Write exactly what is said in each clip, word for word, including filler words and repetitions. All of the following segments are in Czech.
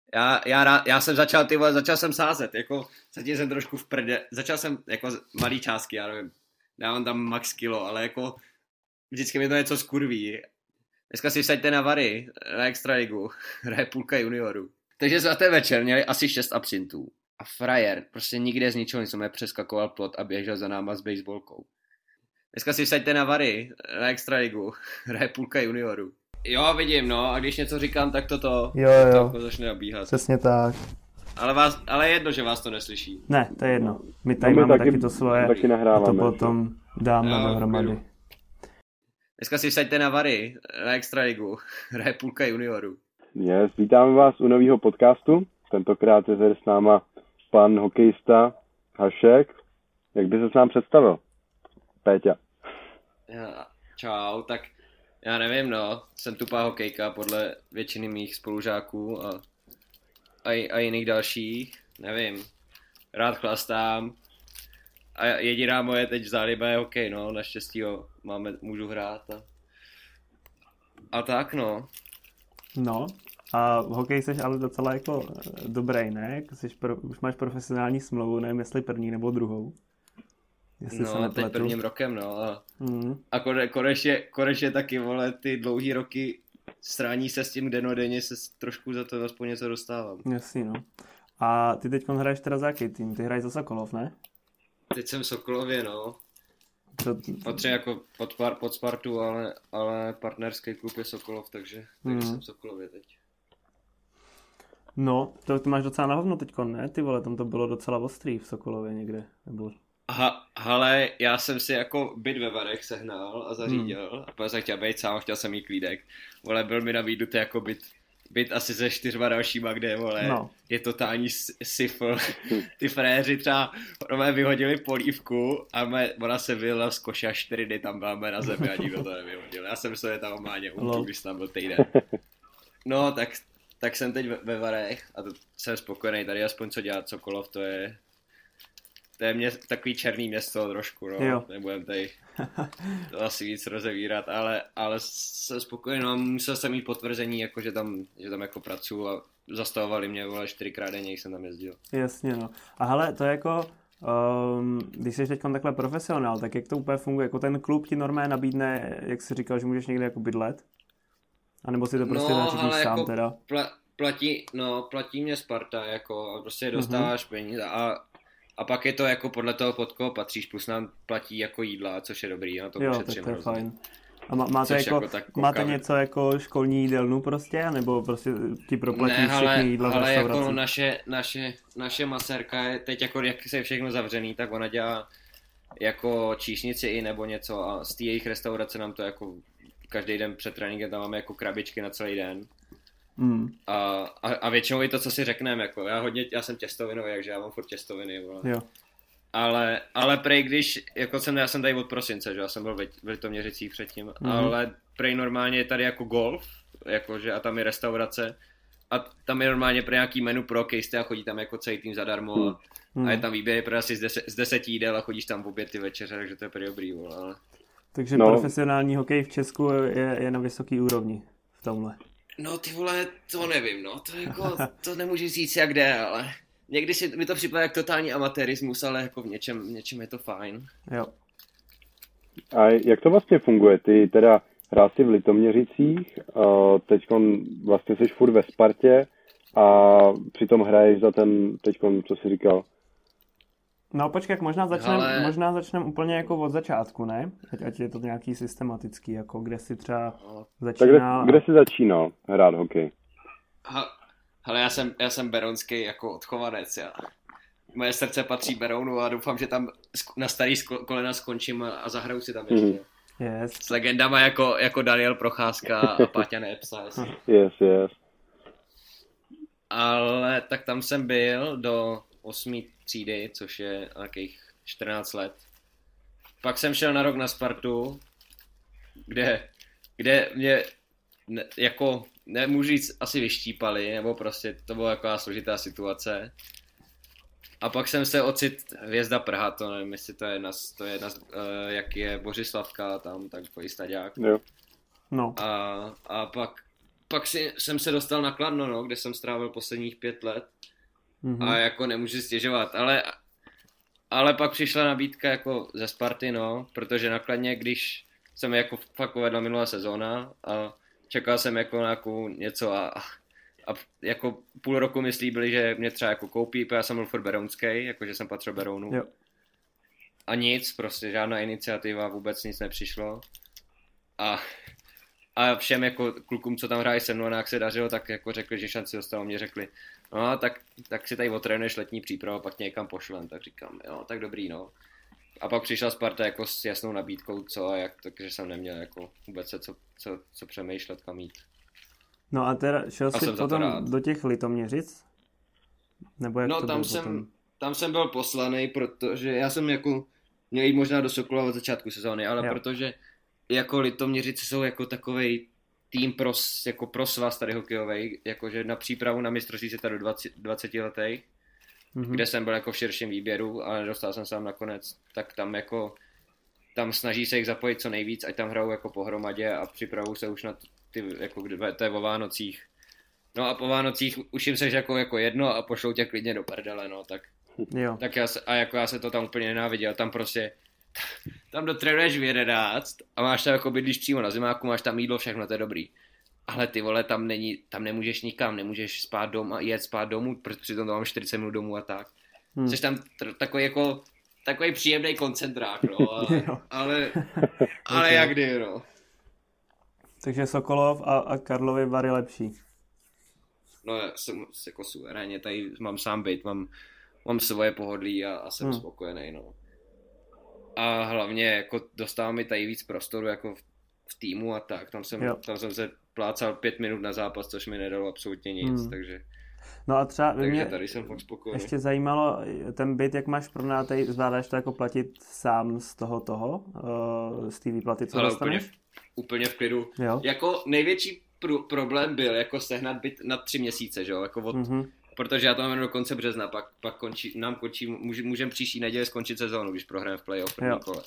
Já, já, rád, já jsem začal, ty vole, začal jsem sázet, jako zatím jsem trošku v prde, začal jsem jako malý částky, já nevím, dávám tam max kilo, ale jako vždycky mi to něco skurví. Dneska si vsaďte na Vary, na Extraligu, hraje půlka juniorů. Takže za ten večer měli asi šest absintů. A frajer prostě nikde z ničeho nic mě přeskakoval plot a běžel za náma s baseballkou. Dneska si vsaďte na Vary, na Extraligu, hraje půlka juniorů. Jo, vidím, no, a když něco říkám, tak toto jo, jo. To jako začne nabíhat. Přesně tak. Ale, vás, ale jedno, že vás to neslyší. Ne, to je jedno. My tady no, my máme taky, taky to svoje taky a to potom dáme dohromady. Dneska si vsaďte na Vary, na Extraligu, hraje půlka juniorů. Yes, vítáme vás u nového podcastu. Tentokrát je zde s náma pan hokejista Hašek. Jak by se s nám představil? Péťa. Ja, čau, tak já nevím, no. Jsem tupá hokejka podle většiny mých spolužáků a, a, a jiných dalších. Nevím. Rád chlastám. A jediná moje teď záliba je hokej, no. Naštěstí ho máme, můžu hrát. A, a tak, no. No. A v hokeji jsi ale docela jako dobrý, ne? Jsi pro, už máš profesionální smlouvu, nevím jestli první nebo druhou. Jestli no, teď prvním rokem, no. A, mm. a kore, konečně, konečně taky, vole, ty dlouhý roky strání se s tím denodenně se trošku za to aspoň něco dostávám. Jasně, no. A ty teď hraješ teda za jaký tým? Ty hraješ za Sokolov, ne? Teď jsem v Sokolově, no. To... Patří jako pod, pod Spartu, ale, ale partnerský klub je Sokolov, takže, takže mm. jsem v Sokolově teď. No, to ty máš docela na hovno teďko, ne? Ty vole, tam to bylo docela ostrý v Sokolově někde, nebo... Aha, ale já jsem si jako byt ve Varech sehnal a zařídil, hmm. a protože jsem chtěl být sám, chtěl jsem mít klídek. Vole, byl mi nabídnutý jako byt, byt asi se čtyřma dalšíma, kde, vole, no. je totální sifl. Ty fréři třeba mě vyhodili polívku a mě, ona se vyjela z koše a čtyři dny tam máme na zemi a nikdo to nevyhodil. Já jsem se tam máně umřel, když tam byl týden. No, tak, tak jsem teď ve, ve Varech a to jsem spokojený, tady aspoň co dělat Sokolov, to je... To je mě, takový černý město trošku, no. Nebudem tady to asi víc rozevírat, ale, ale jsem spokojený, no, musel jsem mít potvrzení, jako, že, tam, že tam jako pracuji a zastavovali mě, vole, čtyřikrát denně, jsem tam jezdil. Jasně, no. A hele, to je jako, um, když jsi teď takhle profesionál, tak jak to úplně funguje? Jako ten klub ti normálně nabídne, jak jsi říkal, že můžeš někde jako bydlet? A nebo si to prostě no, nařídíš sám jako teda? Pla, platí, no, platí mě Sparta, jako, a prostě dostáváš uh-huh. peníze a A pak je to jako podle toho, pod koho patříš, plus nám platí jako jídla, což je dobrý, na to jo, tak to je fajn. A má, máte, jako, jako máte něco jako školní jídelnu prostě, nebo prostě ti proplatí ne, všechny jídla v restauraci? Ale jako naše, naše, naše masérka je teď jako, jak se je všechno zavřený, tak ona dělá jako číšnici i nebo něco a z té jejich restaurace nám to jako každý den před tréninkem tam máme jako krabičky na celý den. Mm. A, a, a většinou i to, co si řekneme, jako já hodně, já jsem těstovinový, takže já mám furt těstoviny, jo. ale, ale prej, když, jako jsem, já jsem tady od prosince, že já jsem byl v Litoměřicích předtím, mm. ale prej normálně je tady jako golf, jakože a tam je restaurace a tam je normálně prej nějaký menu pro hokejisty a chodí tam jako celý tým zadarmo mm. a, a je tam výběr pro asi z, deset, z deseti jídel a chodíš tam v oběd ty večeře, takže to je prej dobrý, ale... Takže no. Profesionální hokej v Česku je, je na vysoký úrovni v tomhle. No ty vole, to nevím, no, to jako, to nemůžu říct jak jde, ale někdy si mi to připadá jak totální amatérismus, ale jako v něčem, v něčem je to fajn. Jo. A jak to vlastně funguje? Ty teda hrál si v Litoměřicích, teďkon vlastně jsi furt ve Spartě a přitom hraješ za ten, teďkon, co jsi říkal? No počkej, možná začneme ale... možná začnem úplně jako od začátku, ne? Ať, ať je to nějaký systematický, jako kde si třeba začínal. Kde, kde jsi začínal hrát hokej? Ha, hele, já jsem, já jsem berounský jako odchovanec, já. Moje srdce patří Berounu a doufám, že tam na starý kolena skončím a, a zahraju si tam ještě. Mm. Yes. S legendama jako, jako Daniel Procházka a Páťa Neepsa. Yes, yes. Ale tak tam jsem byl do osmé třídy, což je nějakých čtrnáct let. Pak jsem šel na rok na Spartu, kde, kde mě ne, jako nemůžu říct asi vyštípali, nebo prostě to byla taková složitá situace. A pak jsem se ocit Hvězda Praha, to nevím, jestli to je jedna, to je jedna uh, jak je Bořislavka tam, tak takový staďák. Jo. No. A, a pak, pak si, jsem se dostal na Kladno, no, kde jsem strávil posledních pět let mm-hmm. a jako nemůžu stěžovat, ale, ale pak přišla nabídka jako ze Sparty, no, protože na Kladně, když jsem jako fakt povedla minulá sezóna a čekal jsem jako nějakou něco a, a jako půl roku mi slíbili, že mě třeba jako koupí, protože já jsem byl furt berounský, jakože jsem patřil Berounu. Jo. A nic, prostě žádná iniciativa, vůbec nic nepřišlo. A, a všem jako klukům, co tam hrají se mnou, a jak se dařilo, tak jako řekli, že šanci dostalo, mě řekli, no tak, tak si tady otrénuješ letní přípravu, pak tě někam pošlem, tak říkám, jo, tak dobrý, no. A pak přišla Sparta jako s jasnou nabídkou, co a jak, takže jsem neměl jako vůbec se co, co, co přemýšlet, kam jít. No a teda šel jsi potom do těch Litoměřic? Nebo jak no to tam jsem, potom? Tam jsem byl poslaný, protože já jsem jako měl jít možná do Sokolova od začátku sezóny, ale jo. Protože jako Litoměřice jsou jako takovej tým pro, jako pro svaz tady hokejovej, jakože na přípravu na mistrovství světa do dvacet letej, mm-hmm. kde jsem byl jako v širším výběru, ale dostal jsem se tam nakonec, tak tam jako tam snaží se jich zapojit co nejvíc, ať tam hrajou jako pohromadě a připravují se už na ty, jako to je o Vánocích. No a po Vánocích už jim seš jako, jako jedno a pošlou tě klidně do prdele, no, tak, jo. tak já se, a jako já se to tam úplně nenáviděl, tam prostě, tam dotrénuješ v jedenáct a máš tam jako bydlíš přímo na zimáku, máš tam jídlo, všechno, to je dobrý. Ale ty vole, tam není, tam nemůžeš nikam, nemůžeš spát doma, jet spát domů, protože přitom tam mám čtyřicet minut domů a tak. Hmm. Jsi tam t- takový jako, takový příjemný koncentrák, no, ale, ale, ale okay. Jak kdy, no. Takže Sokolov a, a Karlovy Vary lepší. No já jsem jako suverénně, tady mám sám byt, mám, mám svoje pohodlí a, a jsem hmm. spokojený, no. A hlavně jako dostávám mi tady víc prostoru jako v, v týmu a tak, tam jsem, tam jsem se plácal pět minut na zápas, což mi nedalo absolutně nic, hmm. takže... No a třeba takže mě tady jsem fakt spokojený. Ještě zajímalo, ten byt, jak máš pronátej, zvládáš to jako platit sám z toho toho, uh, z té výplaty, co ale dostaneš? Úplně, úplně v klidu. Jo. Jako největší pr- problém byl jako sehnat byt na tři měsíce, že jo, jako od, mm-hmm. protože já to mám do konce března, pak, pak končí, nám končí, může, můžeme příští neděli skončit sezónu, když prohrajeme v playoff první kole.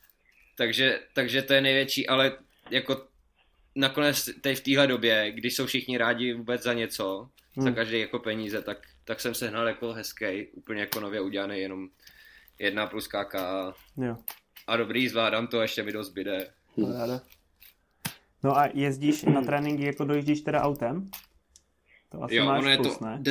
Takže, takže to je největší, ale jako nakonec tady v téhle době, když jsou všichni rádi vůbec za něco, hmm. za každý jako peníze, tak, tak jsem sehnal jako hezký, úplně jako nově udělaný, jenom jedna plus K K. Jo. A dobrý, zvládám to, ještě mi dost zbyde. Hmm. No a jezdíš na tréninky, jako dojíždíš teda autem? To asi jo, máš ono je plus, to ne?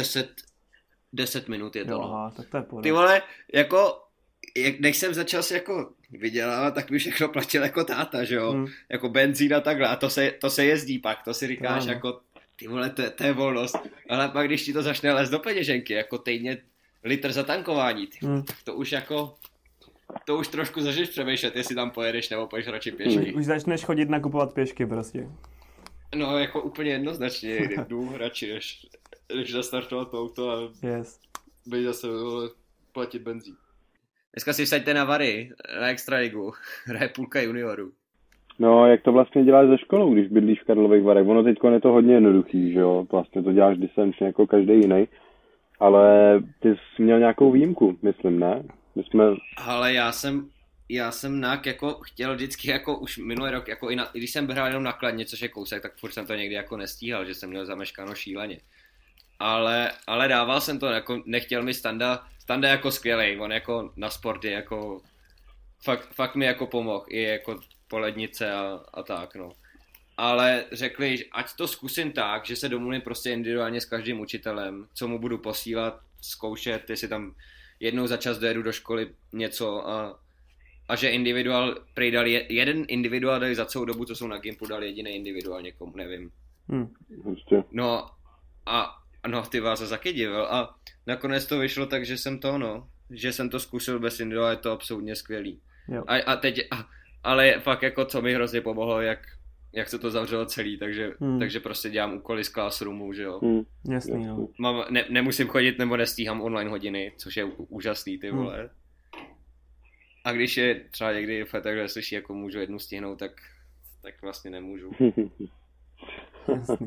deset minut je to. Jo, aha, tak to je pohodě. Ty vole, jako, jak, než jsem začal si jako vydělávat, tak mi všechno platil jako táta, že jo? Hmm. Jako benzín a takhle, a to se, to se jezdí pak, to si říkáš no, jako, ty vole, to, to je volnost. Ale pak, když ti to začne lézt do peněženky, jako týdně litr zatankování, ty, hmm. tak to už jako... To už trošku začneš přemýšlet, jestli tam pojedeš nebo poješ radši pěšky. Už začneš chodit nakupovat pěšky prostě. No jako úplně jednoznačně, jdu radši, než, než zastartovat to auto a yes. být zase platit benzín. Dneska si vsaďte na Vary, na Extraligu, hraje půlka juniorů. No, jak to vlastně děláš ze školou, když bydlíš v Karlových Varech? Ono teďko je to hodně jednoduchý, že jo? Vlastně to děláš distančně jako každý jiný. Ale ty jsi měl nějakou výjimku, myslím, ne? My jsme... Ale já jsem, já jsem nak jako chtěl vždycky jako už minulý rok, jako i, na, i když jsem hrál jenom na Kladně, což je kousek, tak furt jsem to někdy jako nestíhal, že jsem měl zameškáno šíleně. Ale, ale dával jsem to, jako nechtěl mi Standa, Standa jako skvělej, on jako na sporty jako fakt, fakt mi jako pomohl, i jako polednice a, a tak, no. Ale řekli, ať to zkusím tak, že se domluvím prostě individuálně s každým učitelem, co mu budu posílat, zkoušet, jestli tam jednou za čas dojedu do školy něco a, a že individuál prej dal je, jeden individuál dali za celou dobu, co jsou na Gimpu, dal jediný individuál někomu, nevím. Hmm. No a no ty vás se taky divil a nakonec to vyšlo tak, že jsem to no, že jsem to zkusil bez individuálu, je to absolutně skvělý. A, a teď, a, ale fakt jako co mi hrozně pomohlo, jak jak se to zavřelo celý, takže, hmm. takže prostě dělám úkoly z classroomu, že jo. Hmm. Jasný, no. Mám, ne, nemusím chodit nebo nestíhám online hodiny, což je úžasný, ty vole. Hmm. A když je třeba někdy v takhle slyší, jako můžu jednu stihnout, tak, tak vlastně nemůžu. Jasný.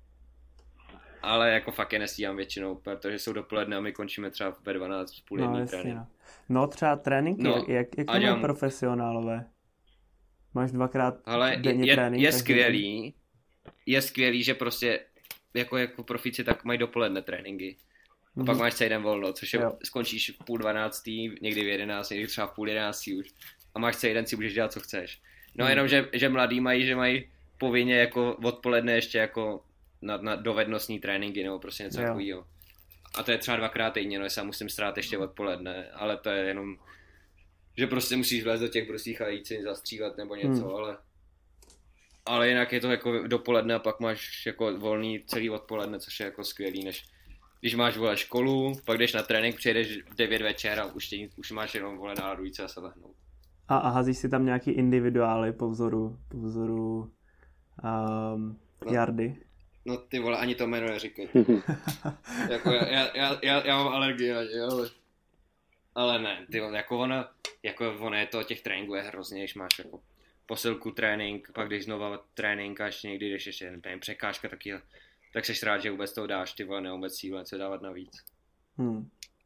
Ale jako fakt je nestíhám většinou, protože jsou dopoledne a my končíme třeba ve dvanáct v půl jedný no, trénink. No. no třeba tréninky, no, jak, jak to mají profesionálové? Máš dvakrát ale denně je, trénink? je skvělý, je skvělý, že prostě jako, jako profíci tak mají dopoledne tréninky. A pak máš celý den volno, což je, skončíš v půl dvanáctý, někdy v jedenáct, někdy třeba v půl jedenáctý už. A máš celý den, si můžeš dělat, co chceš. No jenom, že, že mladí mají, že mají povinně jako odpoledne ještě jako na, na dovednostní tréninky nebo prostě něco takového. A to je třeba dvakrát týdně, no já musím strát ještě odpoledne, ale to je jenom, že prostě musíš vlézt do těch brusích a jít si zastřílet nebo něco, hmm. ale ale jinak je to jako dopoledne a pak máš jako volný celý odpoledne, což je jako skvělý, než když máš vole školu, pak jdeš na trénink, přijedeš v devět večer a už, tě, už máš jenom vole náladu se a se lehnout. A, a házíš si tam nějaký individuály po vzoru, po vzoru um, no, Jardy? No ty vole, ani to jméno neříkej. Jako já, já, já, já, já mám alergii na ně, ale, ale ne, ty vole, jako ono, jako ono je to, těch tréninků je hrozně, když máš jako posilku trénink, pak když znova trénink a ještě někdy jdeš ještě nevím, překážka taky, tak seš rád, že vůbec toho dáš, ty vole, neumec síle, co dávat navíc. Hmm.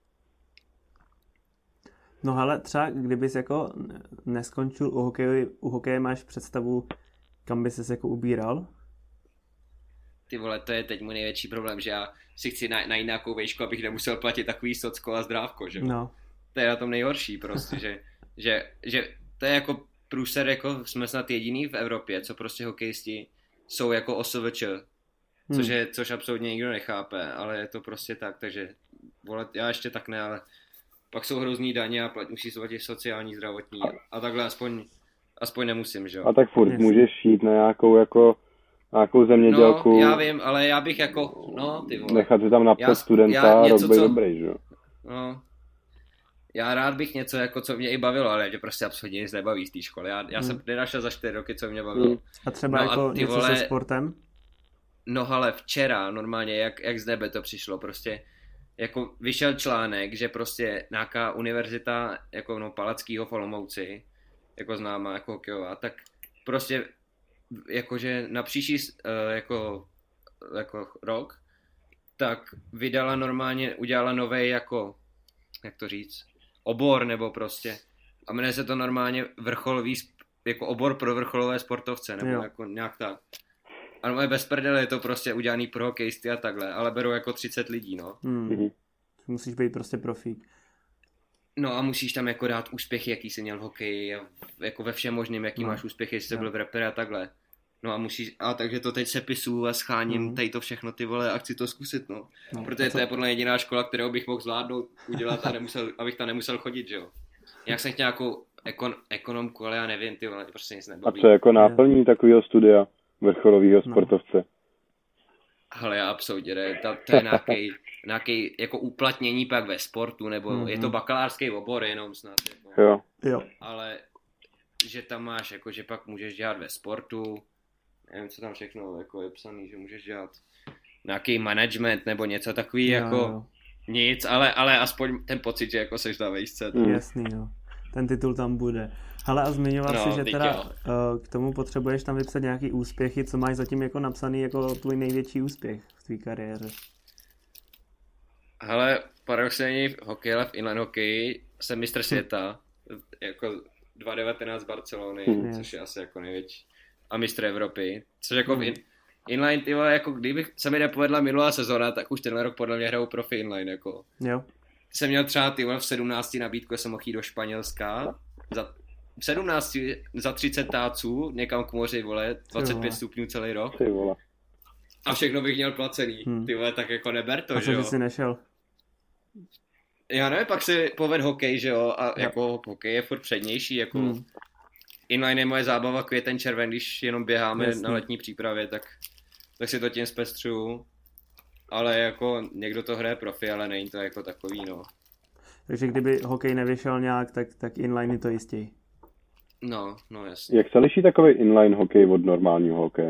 No hele, třeba kdybys jako neskončil u hokeje, u hokeje máš představu, kam by ses jako ubíral? Ty vole, to je teď můj největší problém, že já si chci najít nějakou vejšku, abych nemusel platit takový socko a zdrávko, že? No. To je na tom nejhorší prostě, že, že, že to je jako průser, jako jsme snad jediný v Evropě, co prostě hokejisti jsou jako O S V Č, což, je, což absolutně nikdo nechápe, ale je to prostě tak, takže vole, já ještě tak ne, ale pak jsou hrozný daně a plat, musí se platit sociální, zdravotní a takhle aspoň, aspoň nemusím, že jo. A tak furt yes. můžeš jít na nějakou jako nějakou zemědělku. No, já vím, ale já bych jako, no ty vole. Nechat si tam napsat studenta a rok dobrý, že jo. No. Já rád bych něco, jako co mě i bavilo, ale že prostě absolutně nic nebaví z té školy. Já, já hmm. jsem nenašel za čtyři roky, co mě bavilo. Hmm. A třeba no jako a něco vole, se sportem? No ale včera normálně, jak, jak z nebe to přišlo, prostě jako vyšel článek, že prostě nějaká univerzita, jako no Palackýho v Olomouci, jako známá, jako hokejová, tak prostě jakože na příští uh, jako, jako rok, tak vydala normálně, udělala novej jako, jak to říct, obor nebo prostě, a jmenuje se to normálně vrcholový, jako obor pro vrcholové sportovce, nebo jo. jako nějak tak. A no bez prdele je to prostě udělaný pro hokejisty a takhle, ale berou jako třicet lidí, no. Hmm. Musíš být prostě profík. No a musíš tam jako dát úspěchy, jaký jsi měl v hokeji, jako ve všem možným, jaký no. máš úspěchy, jestli jsi byl v rapere a takhle. No a musíš, a takže to teď sepisu a scháním mm. tady to všechno, ty vole, a chci to zkusit, no. no Protože to je podle jediná škola, kterou bych mohl zvládnout, udělat a nemusel, abych tam nemusel chodit, že jo. Jak jsem chtěl nějakou ekon, ekonomku, ale já nevím, ty vole, prostě nic nebaví. A co jako náplní yeah. takového studia vrcholového sportovce? No. Ale já absolutně ne, to, to je nějaký, nějaký jako uplatnění pak ve sportu, nebo mm-hmm. je to bakalářský obor jenom snad. Jako. Jo. jo. Ale že tam máš, jako že pak můžeš dělat ve sportu, nevím, co tam všechno jako je psaný, že můžeš dělat nějaký management nebo něco takový, jo, jako jo. nic, ale, ale aspoň ten pocit, že jako seš na vejšce. Mm. Jasný, jo. Ten titul tam bude. Hele, a zmiňoval no, si, že teda uh, k tomu potřebuješ tam vypsat nějaký úspěchy, co máš zatím jako napsaný jako tvůj největší úspěch v tvý kariéře? Hele, paradoxně v hokeji, ale v inline hokeji jsem mistr světa, hm. jako dva tisíce devatenáct Barcelony, hm. což je asi jako největší. A mistr Evropy, což jako hm. v in, inline, ty vole, jako kdybych se mi nepovedla minulá sezona, tak už tenhle rok podle mě hraju profi inline, jako. Jo. Jsem měl třeba ty vole v sedmnácti nabídku, jsem mohl jít do Španělska, za v sedmnácti za třicet táců, někam k moři, vole, dvacet pět stupňů celý rok. Ty vole. A všechno bych měl placený, hmm. ty vole, tak jako neber to, a že jo. A co jsi nešel? Já nevím, pak si poved hokej, že jo, a jo. jako hokej je furt přednější, jako hmm. inline je moje zábava květen červen, když jenom běháme Jasný. na letní přípravě, tak, tak si to tím zpestřuju. Ale jako někdo to hraje profi, ale není to jako takový, no. Takže kdyby hokej nevyšel nějak, tak, tak inline je to jistý. No, no jasně. Jak se liší takový inline hokej od normálního hokeje?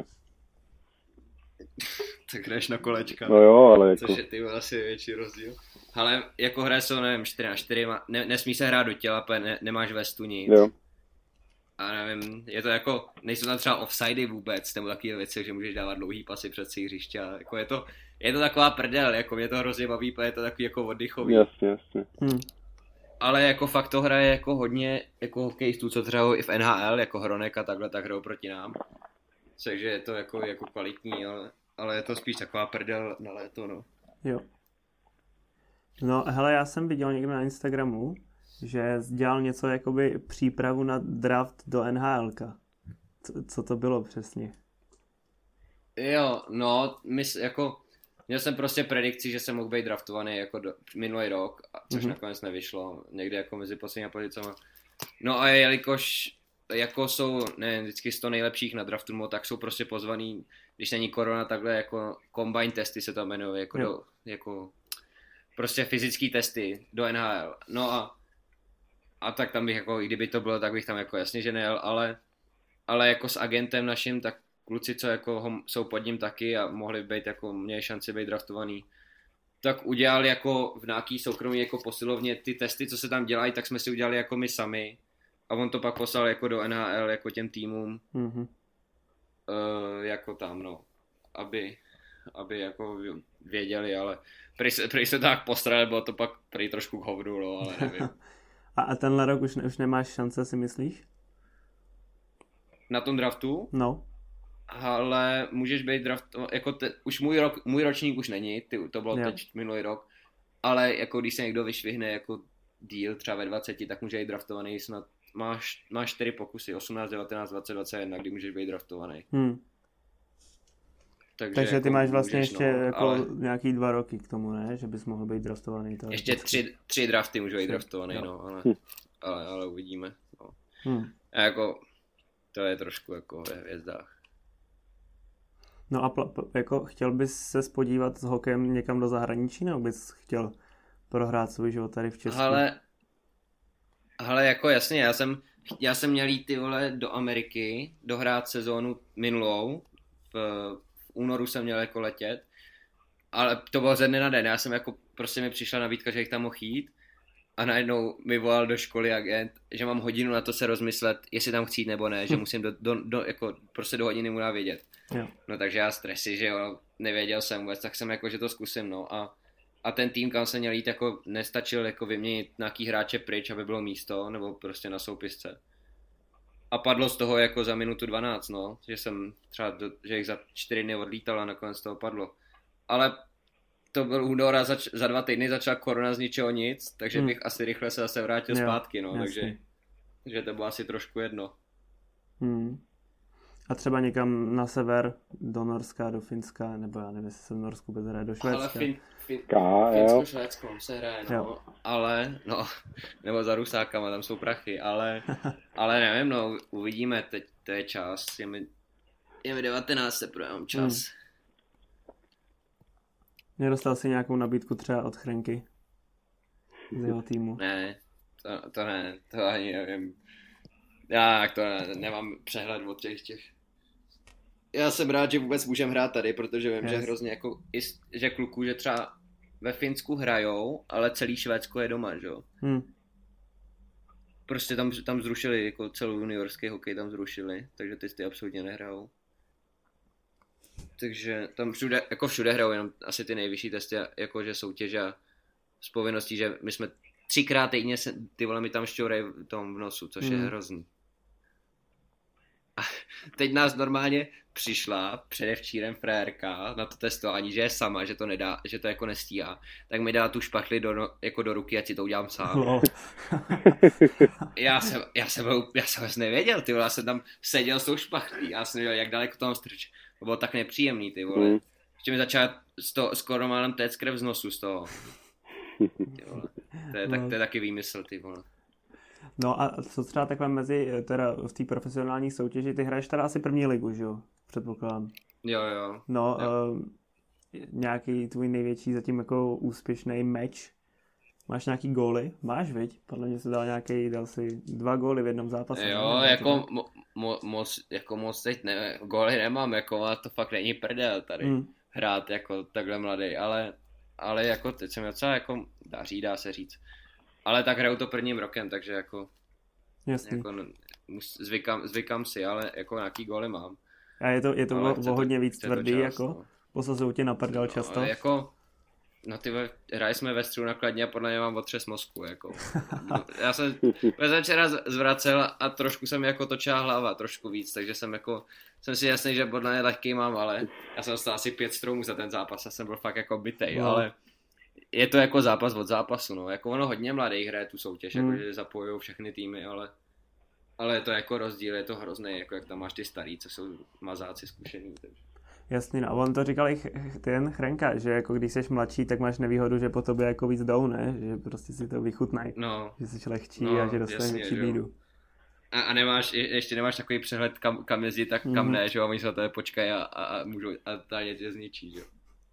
Tak jdeš na kolečka. No jo, ale jako... Což je ty asi větší rozdíl. Ale jako hraje jsou, nevím, čtyři na čtyři, ne, nesmí se hrát do těla, protože ne, nemáš vestu nic. Jo. A nevím, je to jako, nejsou tam třeba offsidey vůbec, nebo takové věci, že můžeš dávat dlouhý pasy před si hřiště. Jako je to, je to taková prdel, jako mě to hrozně baví, protože je to takový jako oddychový. Jasně, jasně. Hmm. Ale jako fakt to hraje jako hodně jako hokejistů, co třeba i v N H L, jako Hronek a takhle, tak hrajou proti nám. takže je to jako, jako kvalitní, ale, ale je to spíš taková prdel na léto, no. Jo. No, hele, já jsem viděl někde na Instagramu, že dělal něco jakoby přípravu na draft do N H L ka. Co, co to bylo přesně? Jo, no, mys, jako, měl jsem prostě predikci, že jsem mohl být draftovaný jako do, minulý rok, což mm-hmm. nakonec nevyšlo, někde jako mezi posledníma pozicama. No a jelikož jako jsou, ne, vždycky sto nejlepších na draftu, no, tak jsou prostě pozvaný, když není korona, takhle jako combine testy se to jmenuje, jako, do, jako prostě fyzický testy do N H L. No a, a tak tam bych jako, i kdyby to bylo, tak bych tam jako jasně, že nejel, ale, ale jako s agentem naším, tak kluci, co jako ho, jsou pod ním taky a mohli být jako, měli šanci být draftovaný, tak udělali jako v nějaký soukromí jako posilovně ty testy, co se tam dělají, tak jsme si udělali jako my sami a on to pak poslal jako do N H L, jako těm týmům, mm-hmm. uh, jako tam, no, aby, aby jako věděli, ale prý se, prý se tak postrali, bylo to pak prý trošku k hovnu, no, ale nevím. a, a tenhle rok už, ne, už nemáš šance, si myslíš? Na tom draftu? No. Ale můžeš být draft, jako te, už můj rok, můj ročník už není, ty, to bylo jo. teď minulý rok, ale jako když se někdo vyšvihne jako díl třeba ve dvaceti, tak může být draftovaný snad, máš, máš čtyři pokusy, osmnáct, devatenáct, dvacet, dvacet jedna, kdy můžeš být draftovaný. Hmm. Takže, Takže ty jako máš vlastně můžeš, ještě no, jako ale... nějaký dva roky k tomu, ne? Že bys mohl být draftovaný. To ještě tři, tři drafty můžou být draftovaný, no, ale, ale, ale uvidíme. No. Hmm. A jako, to je trošku jako ve hvězdách. No a pl- jako chtěl bys se spodívat s hokejem někam do zahraničí, nebo bys chtěl prohrát svůj život tady v Česku? Ale, ale jako jasně, já jsem, já jsem měl jít ty vole do Ameriky, dohrát sezónu minulou, v, v únoru jsem měl jako letět, ale to bylo ze dne na den, já jsem jako, prostě mi přišla nabídka, že jich tam mohl jít a najednou mi volal do školy agent, že mám hodinu na to se rozmyslet, jestli tam chci jít nebo ne, že musím do, do, do, jako, prostě do hodiny mu dá vědět. Jo. No takže já stresy, že jo, nevěděl jsem vůbec, tak jsem jako, že to zkusím, no a, a ten tým, kam jsem měl jít, jako nestačil jako vyměnit nějaký hráče pryč, aby bylo místo, nebo prostě na soupisce. A padlo z toho jako za minutu dvanáct, no, že jsem třeba, do, že jich za čtyři dny odlítal a nakonec toho padlo. Ale to byl únor a za, za dva týdny začala korona z ničeho nic, takže hmm. bych asi rychle se zase vrátil jo, zpátky, no, jasný. takže, takže to bylo asi trošku jedno. Hmm. A třeba někam na sever, do Norska, do Finska, nebo já nevím, jestli se v Norsku vůbec hraje, do Švédska. Ale fin, fin, Ká, Finsko, Švédsko se hraje, no, jo. ale, no, nebo za Rusákama, tam jsou prachy, ale, ale nevím, no, uvidíme, teď to je čas, je mi, je mi devatenáct, teprve mám čas. Hmm. Nedostal jsi nějakou nabídku třeba od Chrenky z jeho týmu? Ne, to, to ne, to ani nevím. Já to ne, nemám přehled od těch těch. Já jsem rád, že vůbec můžem hrát tady, protože vím, yes. že hrozně jako, že kluků, že třeba ve Finsku hrajou, ale celý Švédsko je doma, že jo. Hmm. Prostě tam, tam zrušili, jako celou juniorský hokej tam zrušili, takže ty ty absolutně nehrajou. Takže tam všude, jako všude hrajou jenom asi ty nejvyšší testy, jakože soutěže s povinností, že my jsme třikrát týdně se, ty vole mi tam šťourej v tom v nosu, což mm. je hrozný. A teď nás normálně přišla předevčírem frérka na to testování, že je sama, že to nedá, že to jako nestíhá, tak mi dala tu špachli do, no, jako do ruky, ať si to udělám sám. No. já jsem, já jsem, já jsem vlastně nevěděl, ty vole, já jsem tam seděl s tou špachlí, já jsem nevěděl, jak daleko to mám strč. To bylo tak nepříjemný, ty vole. Mm. Ještě mi začala skoro málem téct krev z nosu z toho. Ty vole. To je, tak, to je taky výmysl, ty vole. No a co třeba takhle mezi, teda v té profesionální soutěži, ty hraješ teda asi první ligu, že jo? Předpokládám. Jo, jo. No, jo. Uh, nějaký tvůj největší zatím jako úspěšný meč? Máš nějaký góly? Máš, viď? Podle mě jsi dal nějaký, dal si dva góly v jednom zápase. Jo, ne? jako mo, mo, moc, jako moc teď ne, góly nemám, jako a to fakt není prdel tady hmm. hrát jako takhle mladý, ale, ale jako teď jsem docela jako daří, dá se říct. Ale tak hraju to prvním rokem, takže jako, jako zvykám, zvykám si, ale jako nějaký góly mám. A je to, je to o, o hodně víc tvrdý, to čas, jako? No. Posazují tě na prdel no, často? Jako, No ty hráli jsme ve středu nakladně a podle mě mám otřes mozku, jako. No, já jsem včera zvracel a trošku jsem jako točila hlava, trošku víc, takže jsem jako, jsem si jasný, že podle mě lehký mám, ale já jsem dostal asi pět stromů za ten zápas a jsem byl fakt jako bitej, no. Ale je to jako zápas od zápasu, no, jako ono hodně mladých hraje tu soutěž, hmm. jako že zapojujou všechny týmy, ale ale je to jako rozdíl, je to hrozný, jako jak tam máš ty starý, co jsou mazáci zkušený, takže. Jasně, no a on to říkal i ten Chrenka, že jako když jsi mladší, tak máš nevýhodu, že po tobě jako víc jdou, ne? Že prostě si to vychutnají, no. Že jsi lehčí no, a že dostaneš větší bídu. A, a nemáš, ještě nemáš takový přehled, kam, kam jezdit, tak kam mm. ne, že jo, oni se o tebe počkají a, a, a můžou, a tady tě zničí, že jo.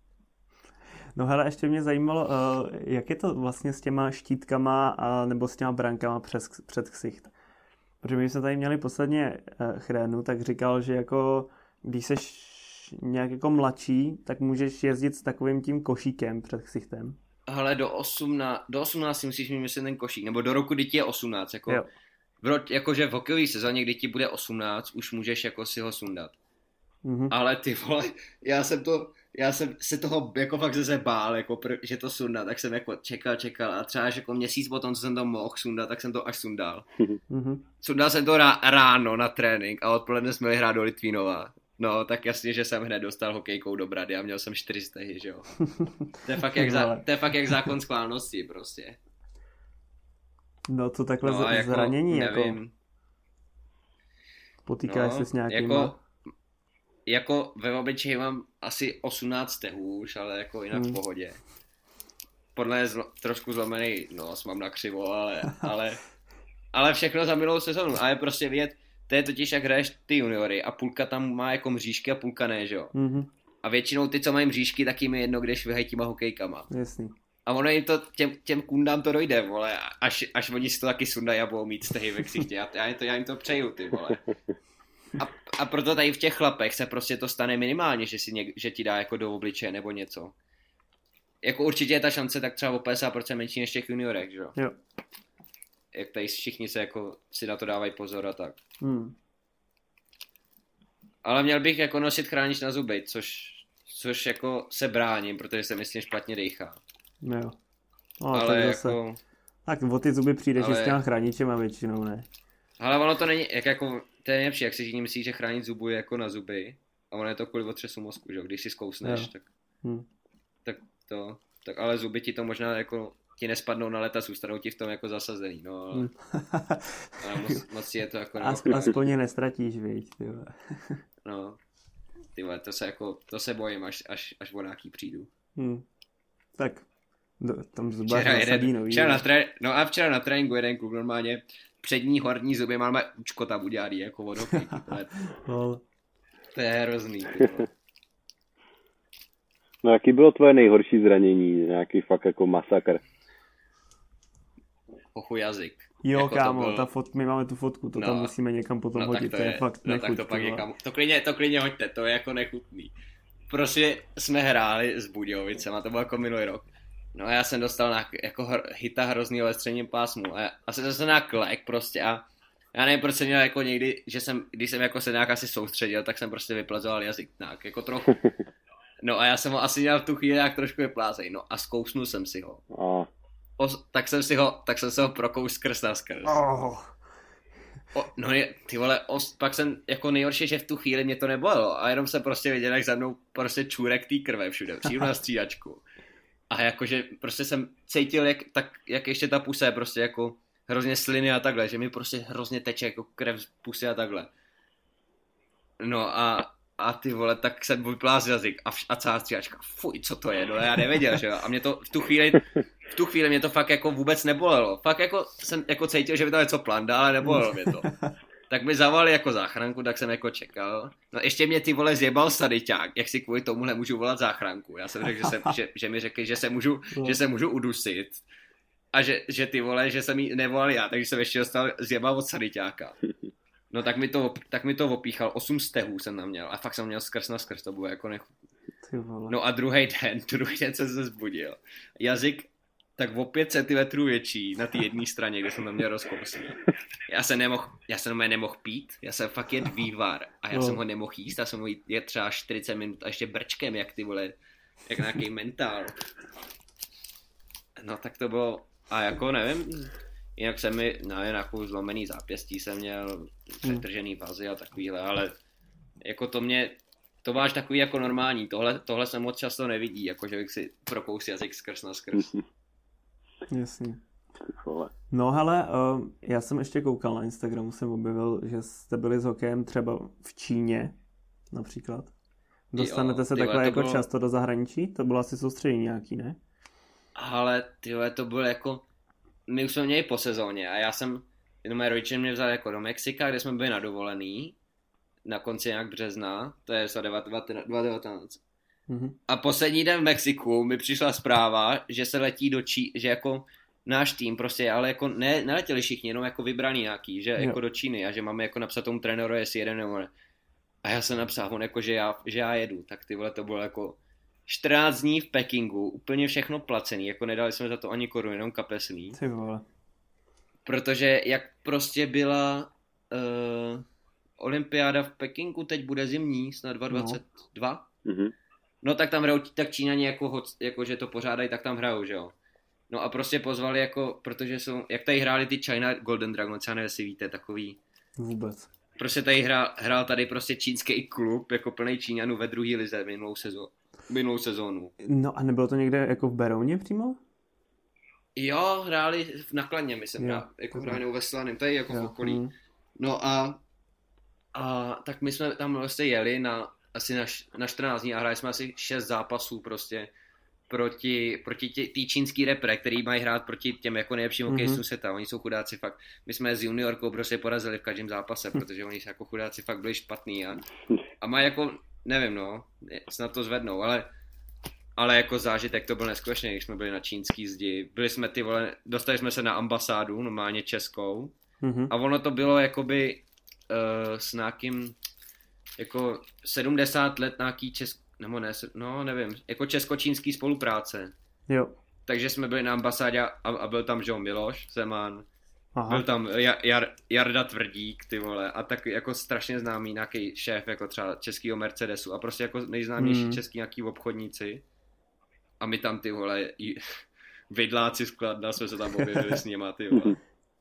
No hele, ještě mě zajímalo, uh, jak je to vlastně s těma štítkama a, nebo s těma brankama přes, před ksicht. Protože my jsme tady měli posledně uh, Chrénu, tak říkal, že jako když seš nějak jako mladší, tak můžeš jezdit s takovým tím košíkem před ksichtem. Hele, do osmnácti, do osmnácti musíš mít myslet ten košík, nebo do roku, kdy ti je osmnáct, jako, v, jakože v hokejové sezóně, kdy ti bude osmnáct, už můžeš jako si ho sundat. Mm-hmm. Ale ty vole, já jsem to, já jsem se toho jako fakt zase bál, jako pr- že to sundat, tak jsem jako čekal, čekal a třeba jako měsíc potom, co jsem to mohl sundat, tak jsem to až sundal. Mm-hmm. Sundal jsem to rá- ráno na trénink a odpoledne jsme měli hrát do Litvínova. No, tak jasně, že jsem hned dostal hokejkou do brady a měl jsem čtyři stehy, že jo. To je fakt jak, za, to je fakt jak zákon schválnosti prostě. No, to takhle no, jako, zranění, nevím. Jako potýkáš no, se s nějakým... Jako, jako ve obyčeji mám asi osmnáct stehů už, ale jako jinak hmm. v pohodě. Podle mě zlo, trošku zlomený nos mám na křivo, ale, ale, ale všechno za minulou sezonu. A je prostě vidět, to je totiž, jak hraješ ty juniory a půlka tam má jako mřížky a půlka ne, že jo? Mm-hmm. A většinou ty, co mají mřížky, tak jim je jedno, kde švihají těma hokejkama. Jasný. A ono jim to, těm, těm kundám to dojde, vole, až, až oni si to taky sundají a budou mít stehy ve ksichtě. Já, já, jim to, já jim to přeju, ty vole. A, a proto tady v těch chlapech se prostě to stane minimálně, že, si něk, že ti dá jako do obličeje nebo něco. Jako určitě je ta šance tak třeba o padesát procent menší než těch juniorek, že jo? Jo. Jak tady všichni se jako si na to dávají pozor a tak. Hmm. Ale měl bych jako nosit chránič na zuby, což, což jako se bráním, protože se myslím špatně dejchá. Jo. No, ale tak zase, jako... Tak o ty zuby přijdeš ale... s těma chráničem a většinou ne. Ale ono to není, jak jako, to je nejlepší, jak si všichni myslí, že chránit zubu je jako na zuby. A ono je to kvůli otřesu mozku, že když si zkousneš, jo. tak, hmm. tak to, tak ale zuby ti to možná jako ti nespadnou na leta, zůstanou ti v tom jako zasazený, no ale, ale moc, moc je to jako... Aspoň, aspoň je nestratíš, viď, tyhle. No, tyhle, to se jako, to se bojím, až, až, až o nějaký přijdu. Hmm. Tak, do, tam zubář nasadí nový. Včera na tré, no a včera na tréninku jeden kluk normálně přední horní zuby máme učko tam udělali, jako od hokejky, no. To je hrozný, tyhle. No jaký bylo tvoje nejhorší zranění, nějaký fakt jako masakr? Ochu jazyk. Jo, jako kámo, byl... ta fot, my máme tu fotku, to no, tam musíme někam potom no, hodit, to, to je, je fakt no, nechutný. Tak to, pak někam, to, klidně, to klidně hoďte, to je jako nechutný. Prostě jsme hráli s Budějovicema, to bylo jako minulý rok. No a já jsem dostal na, jako hr, hita hroznýho ve středním pásmu a, já, a jsem zase na klek prostě a já nevím, proč jsem měl jako někdy, že jsem, když jsem jako se nějak asi soustředil, tak jsem prostě vyplazoval jazyk nějak, jako trochu. No a já jsem ho asi měl v tu chvíli nějak trošku vyplázej, no a zkousnul jsem si ho. Oh. O, tak jsem si ho, tak jsem se ho prokous skrz na skrz. Oh. O, no je, ty vole, os, pak jsem, jako nejhorší, že v tu chvíli mě to nebolelo a jenom jsem prostě viděl, jak za mnou prostě čůrek té krve všude, přijdu na střídačku. A jakože prostě jsem cítil, jak, tak, jak ještě ta pusa je prostě jako hrozně sliny a takhle, že mi prostě hrozně teče jako krev z pusy a takhle. No a A ty vole, tak jsem vyplázl jazyk a, vš- a celá stříhačka, fuj, co to je, no já nevěděl, že jo, a mě to v tu chvíli, v tu chvíli mě to fakt jako vůbec nebolelo, fakt jako jsem jako cítil, že by to něco planda, ale nebolelo mě to. Tak mi zavolali jako záchranku, tak jsem jako čekal, no ještě mě ty vole zjebal saniťák, jak si kvůli tomu nemůžu volat záchranku, já jsem řekl, že, jsem, že, že mi řekli, že se můžu, že se můžu udusit a že, že ty vole, že jsem jí nevolal já, takže jsem ještě dostal zjebal od saniťáka. No tak mi to, tak mi to opíchal, osm stehů jsem tam měl a fakt jsem měl skrz na skrz, to bylo jako nechutný. No a druhý den, druhý den jsem se zbudil. Jazyk tak o pět centimetrů větší na té jedné straně, kde jsem tam měl rozkousný. Já jsem nemohl, já jsem nemohl pít, já jsem fakt jet vývar a já no. jsem ho nemohl jíst, já jsem ho jet třeba čtyřicet minut a ještě brčkem, jak ty vole, jak nějaký mentál. No tak to bylo, a jako nevím, jinak jsem mi, nevím, nějakou zlomený zápěstí jsem měl, přetržený vazy a takovýhle, ale jako to mě, to máš takový jako normální, tohle, tohle se moc často nevidí, jako že bych si prokous jazyk skrz na skrz. Jasně. No hele, uh, já jsem ještě koukal na Instagramu, jsem objevil, že jste byli s hokejem třeba v Číně, například. Dostanete jo, se takhle jako bylo... často do zahraničí? To bylo asi soustředění nějaký, ne? Ale tyhle, to bylo jako, my už jsme měli po sezóně a já jsem, jenom moje rodiče mě vzali jako do Mexika, kde jsme byli na dovolený, na konci nějak března, to je za dva tisíce devatenáct. Mm-hmm. A poslední den v Mexiku mi přišla zpráva, že se letí do Čí, že jako náš tým prostě, ale jako ne, neletěli všichni, jenom jako vybraný nějaký, že jo. Jako do Číny a že máme jako napsat tomu trenéru, jestli jeden nebo ne. A já jsem napsal, on jako, že já, že já jedu, tak ty vole, to bylo jako čtrnáct dní v Pekingu, úplně všechno placený, jako nedali jsme za to ani korunu, jenom kapesný. Ty vole. Protože jak prostě byla uh, olympiáda v Pekingu, teď bude zimní, snad dvacet dvacet dva. No. No tak tam hrajou, tak Číňani jako, jako že to pořádají, tak tam hrajou, že jo. No a prostě pozvali jako, protože jsou, jak tady hráli ty China Golden Dragons, já nevím, jestli víte, takový. Vůbec. Prostě tady hrál, hrál tady prostě čínský klub, jako plný Číňanů ve druhé lize minulou sezónu. Minulou sezónu. No a nebylo to někde jako v Berouně přímo? Jo, hráli v Nakladně, myslím, jo, jako hráli ve Slaném, tady jako jo, v okolí. Hmm. No a, a tak my jsme tam vlastně jeli na asi na, na čtrnáct dní a hráli jsme asi šest zápasů prostě proti, proti té čínský repre, který mají hrát proti těm jako nejlepším hokejistům mm-hmm. světa. Oni jsou chudáci fakt. My jsme s juniorkou prostě porazili v každém zápase, protože oni jako chudáci fakt byli špatný a, a mají jako, nevím no, snad to zvednou, ale ale jako zážitek to byl neskutečný, když jsme byli na čínský zdi. Byli jsme ty vole, dostali jsme se na ambasádu, normálně českou mm-hmm. a ono to bylo jakoby uh, s nějakým jako sedmdesát let nějaký česk... nebo ne, no nevím, jako česko-čínský spolupráce. Jo. Takže jsme byli na ambasádě a, a byl tam Joe Miloš Zeman, aha. Byl tam Jar, Jarda Tvrdík, ty vole, a tak jako strašně známý nějaký šéf, jako třeba českýho Mercedesu a prostě jako nejznámější mm. český nějaký obchodníci. A my tam ty vole, vidláci z Kladna jsme se tam objevili s nima, ty vole.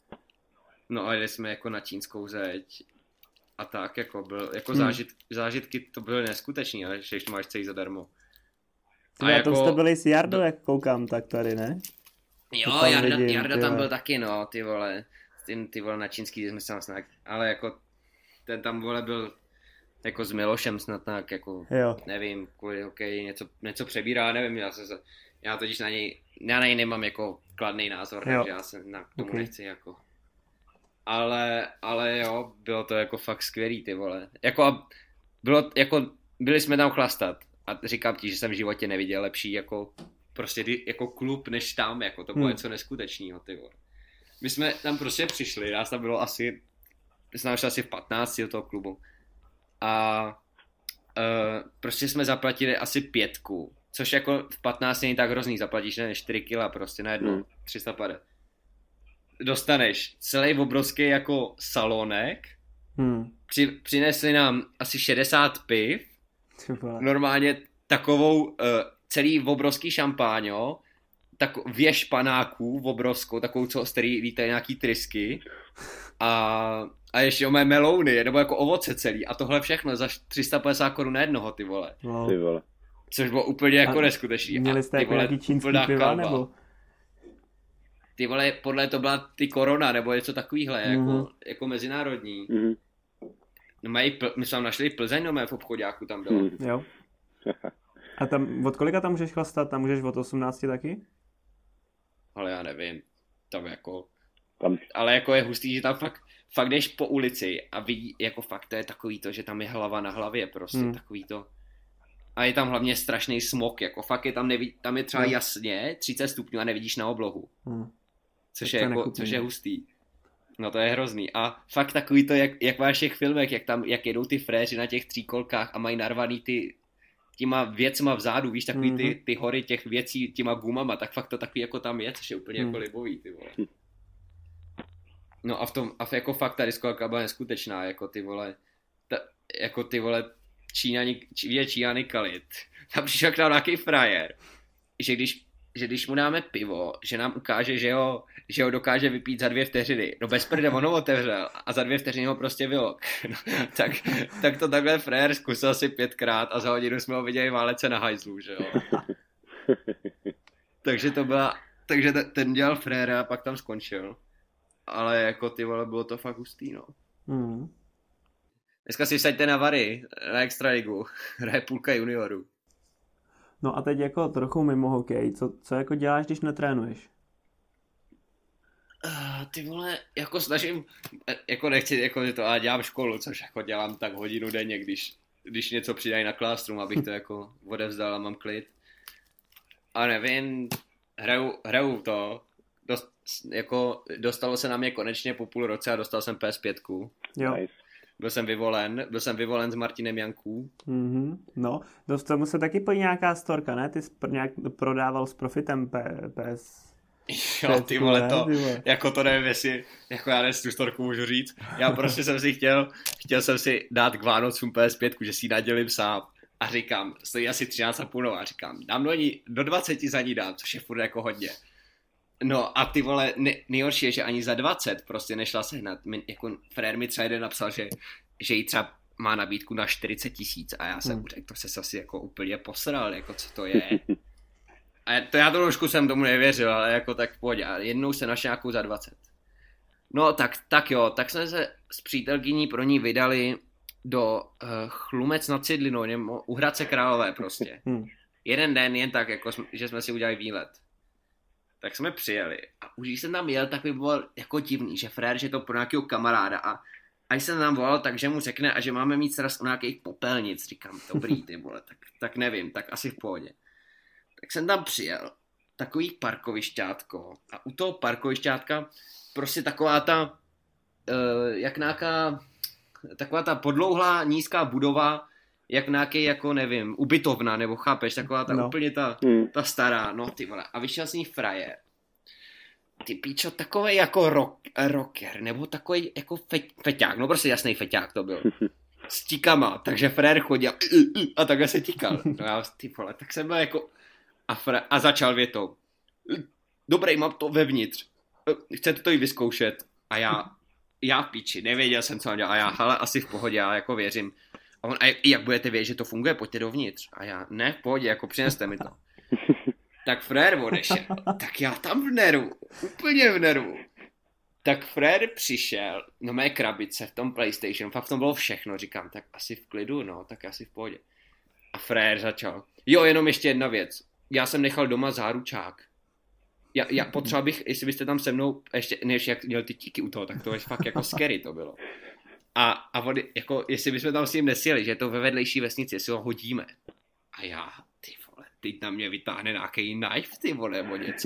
No a jeli jsme jako na čínskou zeď. A tak, jako, byl, jako hmm. zážit, zážitky to byly neskutečný, ale že ještě máš celý zadarmo. A já jako, to jste byli s Jardou, do... jak koukám, tak tady, ne? Jo, Jarda, vidím, Jarda tam byl taky, no, ty vole, ty, ty vole na čínský, jsme se tam snad, ale jako, ten tam, vole, byl jako s Milošem snad tak, jako, jo. Nevím, kvůli hokej, něco, něco přebírá, nevím, já se, já totiž na něj, já na něj nemám jako kladný názor, jo. Takže já se na tomu okay. nechci, jako. Ale, ale jo, bylo to jako fakt skvělý, ty vole. Jako, bylo, jako, byli jsme tam chlastat a říkám ti, že jsem v životě neviděl lepší jako, prostě jako klub než tam, jako to bylo hmm. něco neskutečného, ty vole. My jsme tam prostě přišli, nás tam bylo asi, jsme tam asi v patnácti do toho klubu a uh, prostě jsme zaplatili asi pětku, což jako v patnácti není tak hrozný, zaplatíš ne čtyři kila prostě na jedno, hmm. tři sta padesát. Dostaneš celý obrovský jako salonek, hmm. Při, přinesli nám asi šedesát piv, super. Normálně takovou uh, celý obrovský šampáňo, tak věž panáků obrovskou, takovou, co, z který víte, nějaký trysky a, a ještě o mé melouny, nebo jako ovoce celý a tohle všechno za tři sta padesát korun na jednoho, ty vole. Wow. Ty vole. Což bylo úplně jako a neskutečný. Měli jste jako nějaký čínský piva, nebo? Ty vole, podle to byla ty korona, nebo něco takovýhle, mm-hmm. jako, jako mezinárodní. Mm-hmm. No mají, pl- my jsme tam našli Plzeň, no mé v obchodáku tam bylo. Mm. Jo. A tam, od kolika tam můžeš chlastat? Tam můžeš od osmnácti taky? Ale já nevím, tam jako, tam. Ale jako je hustý, že tam fakt, fakt jdeš po ulici a vidí, jako fakt to je takový to, že tam je hlava na hlavě prostě, mm. takový to. A je tam hlavně strašný smog, jako fakt je tam, nevidí, tam je třeba mm. jasně třicet stupňů a nevidíš na oblohu. Mm. Což je, jako, což je hustý. No to je hrozný. A fakt takový to, jak, jak máš v těch filmech, jak tam, jak jedou ty fréři na těch tříkolkách a mají narvaný ty těma věcma vzadu, víš, takový mm-hmm. ty, ty hory těch věcí těma gumama, tak fakt to takový jako tam je, což je úplně mm. jako libový, ty vole. No a v tom, a jako fakt ta diskotéka byla neskutečná, jako ty vole, ta, jako ty vole Číňani, Číňani Kalit. Tam přišel k nám nějaký frajer, že když že když mu dáme pivo, že nám ukáže, že ho, že ho dokáže vypít za dvě vteřiny. No bez prdě, on ho otevřel a za dvě vteřiny ho prostě vylok. No, tak, tak to takhle frér zkusil asi pětkrát a za hodinu jsme ho viděli válet se na hajzlu, že jo. Takže to byla, takže ten dělal fréra a pak tam skončil. Ale jako ty vole, bylo to fakt hustý, no. Mm. Dneska si vsaďte na Vary, na Extraligu, hraje půlka juniorů. No a teď jako trochu mimo hokej, co, co jako děláš, když netrénuješ? Uh, ty vole, jako snažím, jako nechci, jako to, a dělám školu, což jako dělám tak hodinu denně, když, když něco přidají na Classroom, abych to jako odevzdal a mám klid. A nevím, hraju, hraju to, dost, jako dostalo se na mě konečně po půl roce a dostal jsem P S pět. Jo. Byl jsem vyvolen, byl jsem vyvolen s Martinem Janků. Mm-hmm. No, dost tomu se taky pojí nějaká storka, ne? Ty jsi pr- nějak prodával s profitem P- PS. Jo, ty vole, to, jako to nevím, jestli, jako já dnes tu storku můžu říct. Já prostě jsem si chtěl, chtěl jsem si dát k Vánocům P S pět, že si ji nadělím sám. A říkám, stojí asi třináct a půl a říkám, dám do ní, do dvaceti za ní dám, což je furt jako hodně. No a ty vole, ne, nejhorší je, že ani za dvacet prostě nešla sehnat. Min, jako frér mi třeba jeden napsal, že, že jí třeba má nabídku na čtyřicet tisíc a já jsem mu řekl, to se asi jako úplně posral, jako co to je. A to já trošku jsem tomu nevěřil, ale jako tak pojď, a jednou se našel nějakou za dvacet. No tak, tak jo, tak jsme se s přítelkyní pro ní vydali do uh, Chlumec nad Cidlinou, nebo u Hradce Králové prostě. Jeden den jen tak, jako, že jsme si udělali výlet. Tak jsme přijeli a už když jsem tam jel, tak by bylo jako divný, že frér, že to pro nějakého kamaráda a až jsem nám volal, takže mu řekne a že máme mít sraz u nějakých popelnic, říkám, dobrý ty vole, tak, tak nevím, tak asi v pohodě. Tak jsem tam přijel, takový parkovišťátko a u toho parkovišťátka prostě taková ta, uh, jak nějaká, taková ta podlouhlá nízká budova, jak nějaký, jako nevím, ubytovna, nebo chápeš, taková ta no. úplně ta, ta stará, no ty vole, a vyšel z ní frajer. Ty píčo, takovej jako rock, rocker, nebo takový jako fe, feťák, no prostě jasný feťák to byl. S tíkama, takže frajer chodil a takhle se tíkal. No já, ty vole, tak jsem byl jako, a, frajer, a začal větou. Dobrý, mám to vevnitř, chcete to i vyzkoušet? A já, já v píči, nevěděl jsem, co mám dělat, a já, hele, asi v pohodě, já jako věřím. A on, a jak budete vědět, že to funguje, pojďte dovnitř. A já, ne, v pohodě, jako přineste mi to. Tak frér odešel, tak já tam v nervu, úplně v nervu. Tak frér přišel, no mé krabice v tom PlayStation, fakt v tom bylo všechno, říkám, tak asi v klidu, no, tak asi v pohodě. A frér začal, jo, jenom ještě jedna věc, já jsem nechal doma záručák. Já, já potřeba bych, jestli byste tam se mnou, ještě, než jak měl ty tíky u toho, tak to je fakt jako scary to bylo. A, a vody, jako, jestli bychom tam s ním nesjeli, že je to ve vedlejší vesnici, jestli ho hodíme. A já, ty vole, teď na mě vytáhne nějaký knife, ty vole, nebo něco.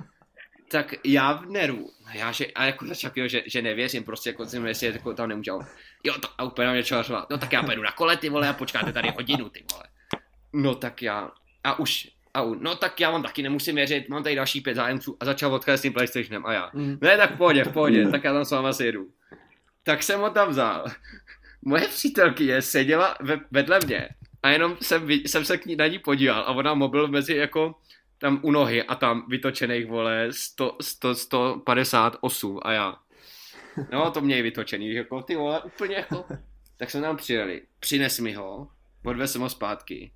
Tak já v nervu, já, že, a jako začal, že, že nevěřím, prostě jako si jestli jako tam nemůžu. Jo, to, a úplně na mě čelo řovat, no tak já pojedu na kole, ty vole, a počkáte tady hodinu, ty vole. No tak já, a už, a u, no tak já vám taky nemusím věřit, mám tady další pět zájemců a začal odcházet s tím PlayStationem a já, mm. ne, tak v pohodě, v pohodě, tak já tam s váma si jedu. Tak jsem ho tam vzal. Moje přítelkyně seděla ve, vedle mě a jenom jsem, jsem se k ní na ní podíval a ona mobil mezi jako tam u nohy a tam vytočených, vole, sto, sto, sto padesát osm a já. No, to měj vytočený, jako ty vole, úplně jako. Tak jsme tam přijeli, přines mi ho, odvez jsem ho zpátky.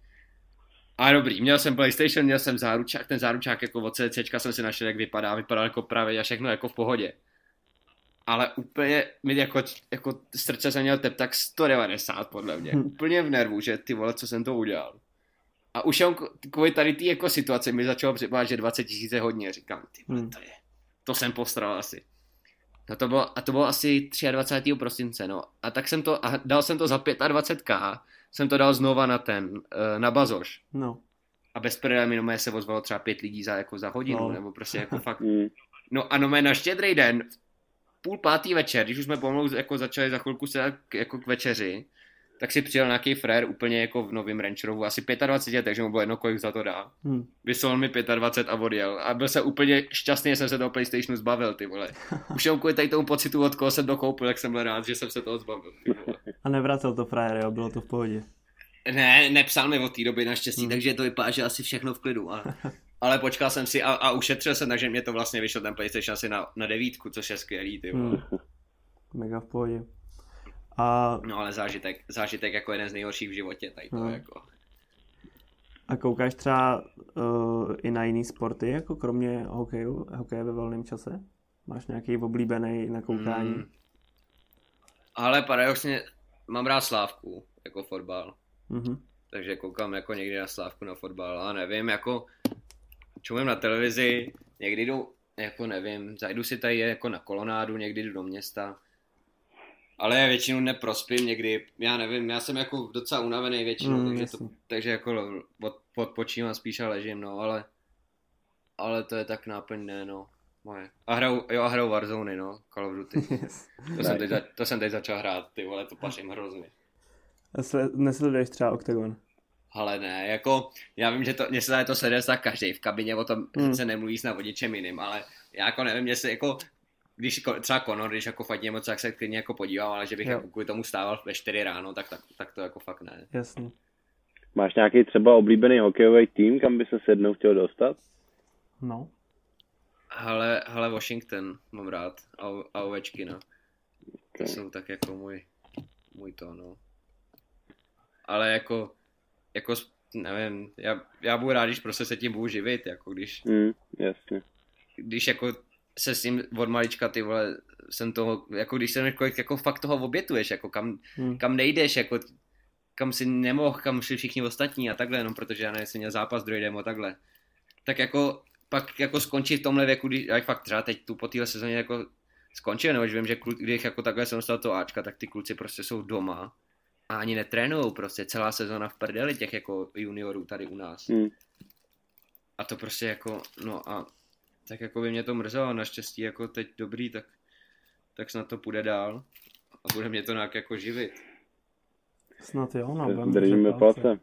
A dobrý, měl jsem PlayStation, měl jsem záručák, ten záručák jako od CCčka jsem si našel, jak vypadá, vypadal jako pravý a všechno jako v pohodě. Ale úplně mi jako, jako srdce jsem měl tep tak sto devadesát podle mě. Úplně v nervu, že ty vole, co jsem to udělal. A už jen kvůli tady té jako situace mi začalo připadat, že dvacet tisíc je hodně. Říkám, ty vole, to je, to jsem postral asi. No to bylo, a to bylo asi dvacátého třetího prosince, no. A tak jsem to, a dal jsem to za dvacet pět tisíc, jsem to dal znova na ten, na Bazoš. No. A bez prdele mi no se ozvalo třeba pět lidí za, jako za hodinu, no. Nebo prostě jako fakt. No a no na štědrý den, půl pátý večer, když už jsme pomalu jako začali za chvilku se jako k večeři, tak si přijel nějaký frér úplně jako v novém Range Roveru, asi dvacet pět, takže mu bylo jedno, kolik za to dá. Hmm. Vysolil mi dvacet pět a odjel. A byl jsem úplně šťastný, že jsem se toho PlayStationu zbavil, ty vole. Už jenom kvůli tady tomu pocitu, od koho jsem dokoupil, jak jsem byl rád, že jsem se toho zbavil, ty vole. A nevracel to frér, jo, bylo to v pohodě. Ne, nepsal mi od té doby naštěstí, hmm. takže to vypadá, že asi všechno v klidu. Ale, Ale počkal jsem si a, a ušetřil jsem, takže mě to vlastně vyšlo ten PlayStation asi na, na devítku, což je skvělý, ty vole. Hmm. Mega v pohodě. A... No ale zážitek, zážitek jako jeden z nejhorších v životě, tady to hmm. jako. A koukáš třeba uh, i na jiný sporty, jako kromě hokeju, hokeje ve volném čase? Máš nějaký oblíbený na koukání? Hmm. Ale paradoxně mám rád Slávku, jako fotbal. Mm-hmm. Takže koukám jako někdy na Slávku na fotbal, a nevím, jako čumím na televizi, někdy jdu, jako nevím, zajdu si tady jako na kolonádu, někdy jdu do města. Ale já většinou neprospím někdy, já nevím, já jsem jako docela unavený většinou, mm, takže, to, takže jako od, odpočívám spíš a ležím, no, ale, ale to je tak náplňné, no, moje. A hrajou, jo, a hrajou Warzone, no, Call of Duty. Yes. To, jsem teď, to jsem teď začal hrát, ty vole, to pařím hrozně. A sle, nesleduješ třeba Octagon? Ale ne, jako, já vím, že to, mě se to sleduje tak každý v kabině, o tom mm. se nemluví snad o ničem jiným, ale já jako nevím, jestli jako, když třeba Conor, když jako fakt moc, tak se klidně jako podívám, ale že bych jako kvůli tomu stával ve čtyři ráno, tak, tak, tak to jako fakt ne. Jasně. Máš nějaký třeba oblíbený hokejový tým, kam by se jednou chtěl dostat? No. Hele, hele Washington mám rád a, a Ovečkina. Okay. To jsou tak jako můj, můj to, no. Ale jako, jako, nevím, já, já budu rád, když prostě se tím budu živit, jako když, mm, jasně. když jako se s tím od malička, ty vole, jsem toho, jako když jsem jako, jako fakt toho obětuješ, jako kam, hmm. kam nejdeš, jako kam si nemohl, kam šli všichni ostatní a takhle, jenom protože já nevím, jsem měl zápas druhý den a takhle. Tak jako pak jako skončit v tomhle věku, když, jak fakt třeba teď tu po téhle sezóně jako skončil, nebo že vím, že klu, když jako takhle jsem dostal to Ačka, tak ty kluci prostě jsou doma a ani netrénujou prostě, celá sezóna v prdeli těch jako juniorů tady u nás. Hmm. A to prostě jako, no a tak jako by mě to mrzelo, naštěstí jako teď dobrý, tak, tak snad to půjde dál a bude mě to nějak jako živit. Snad jo, no. Držíme palce.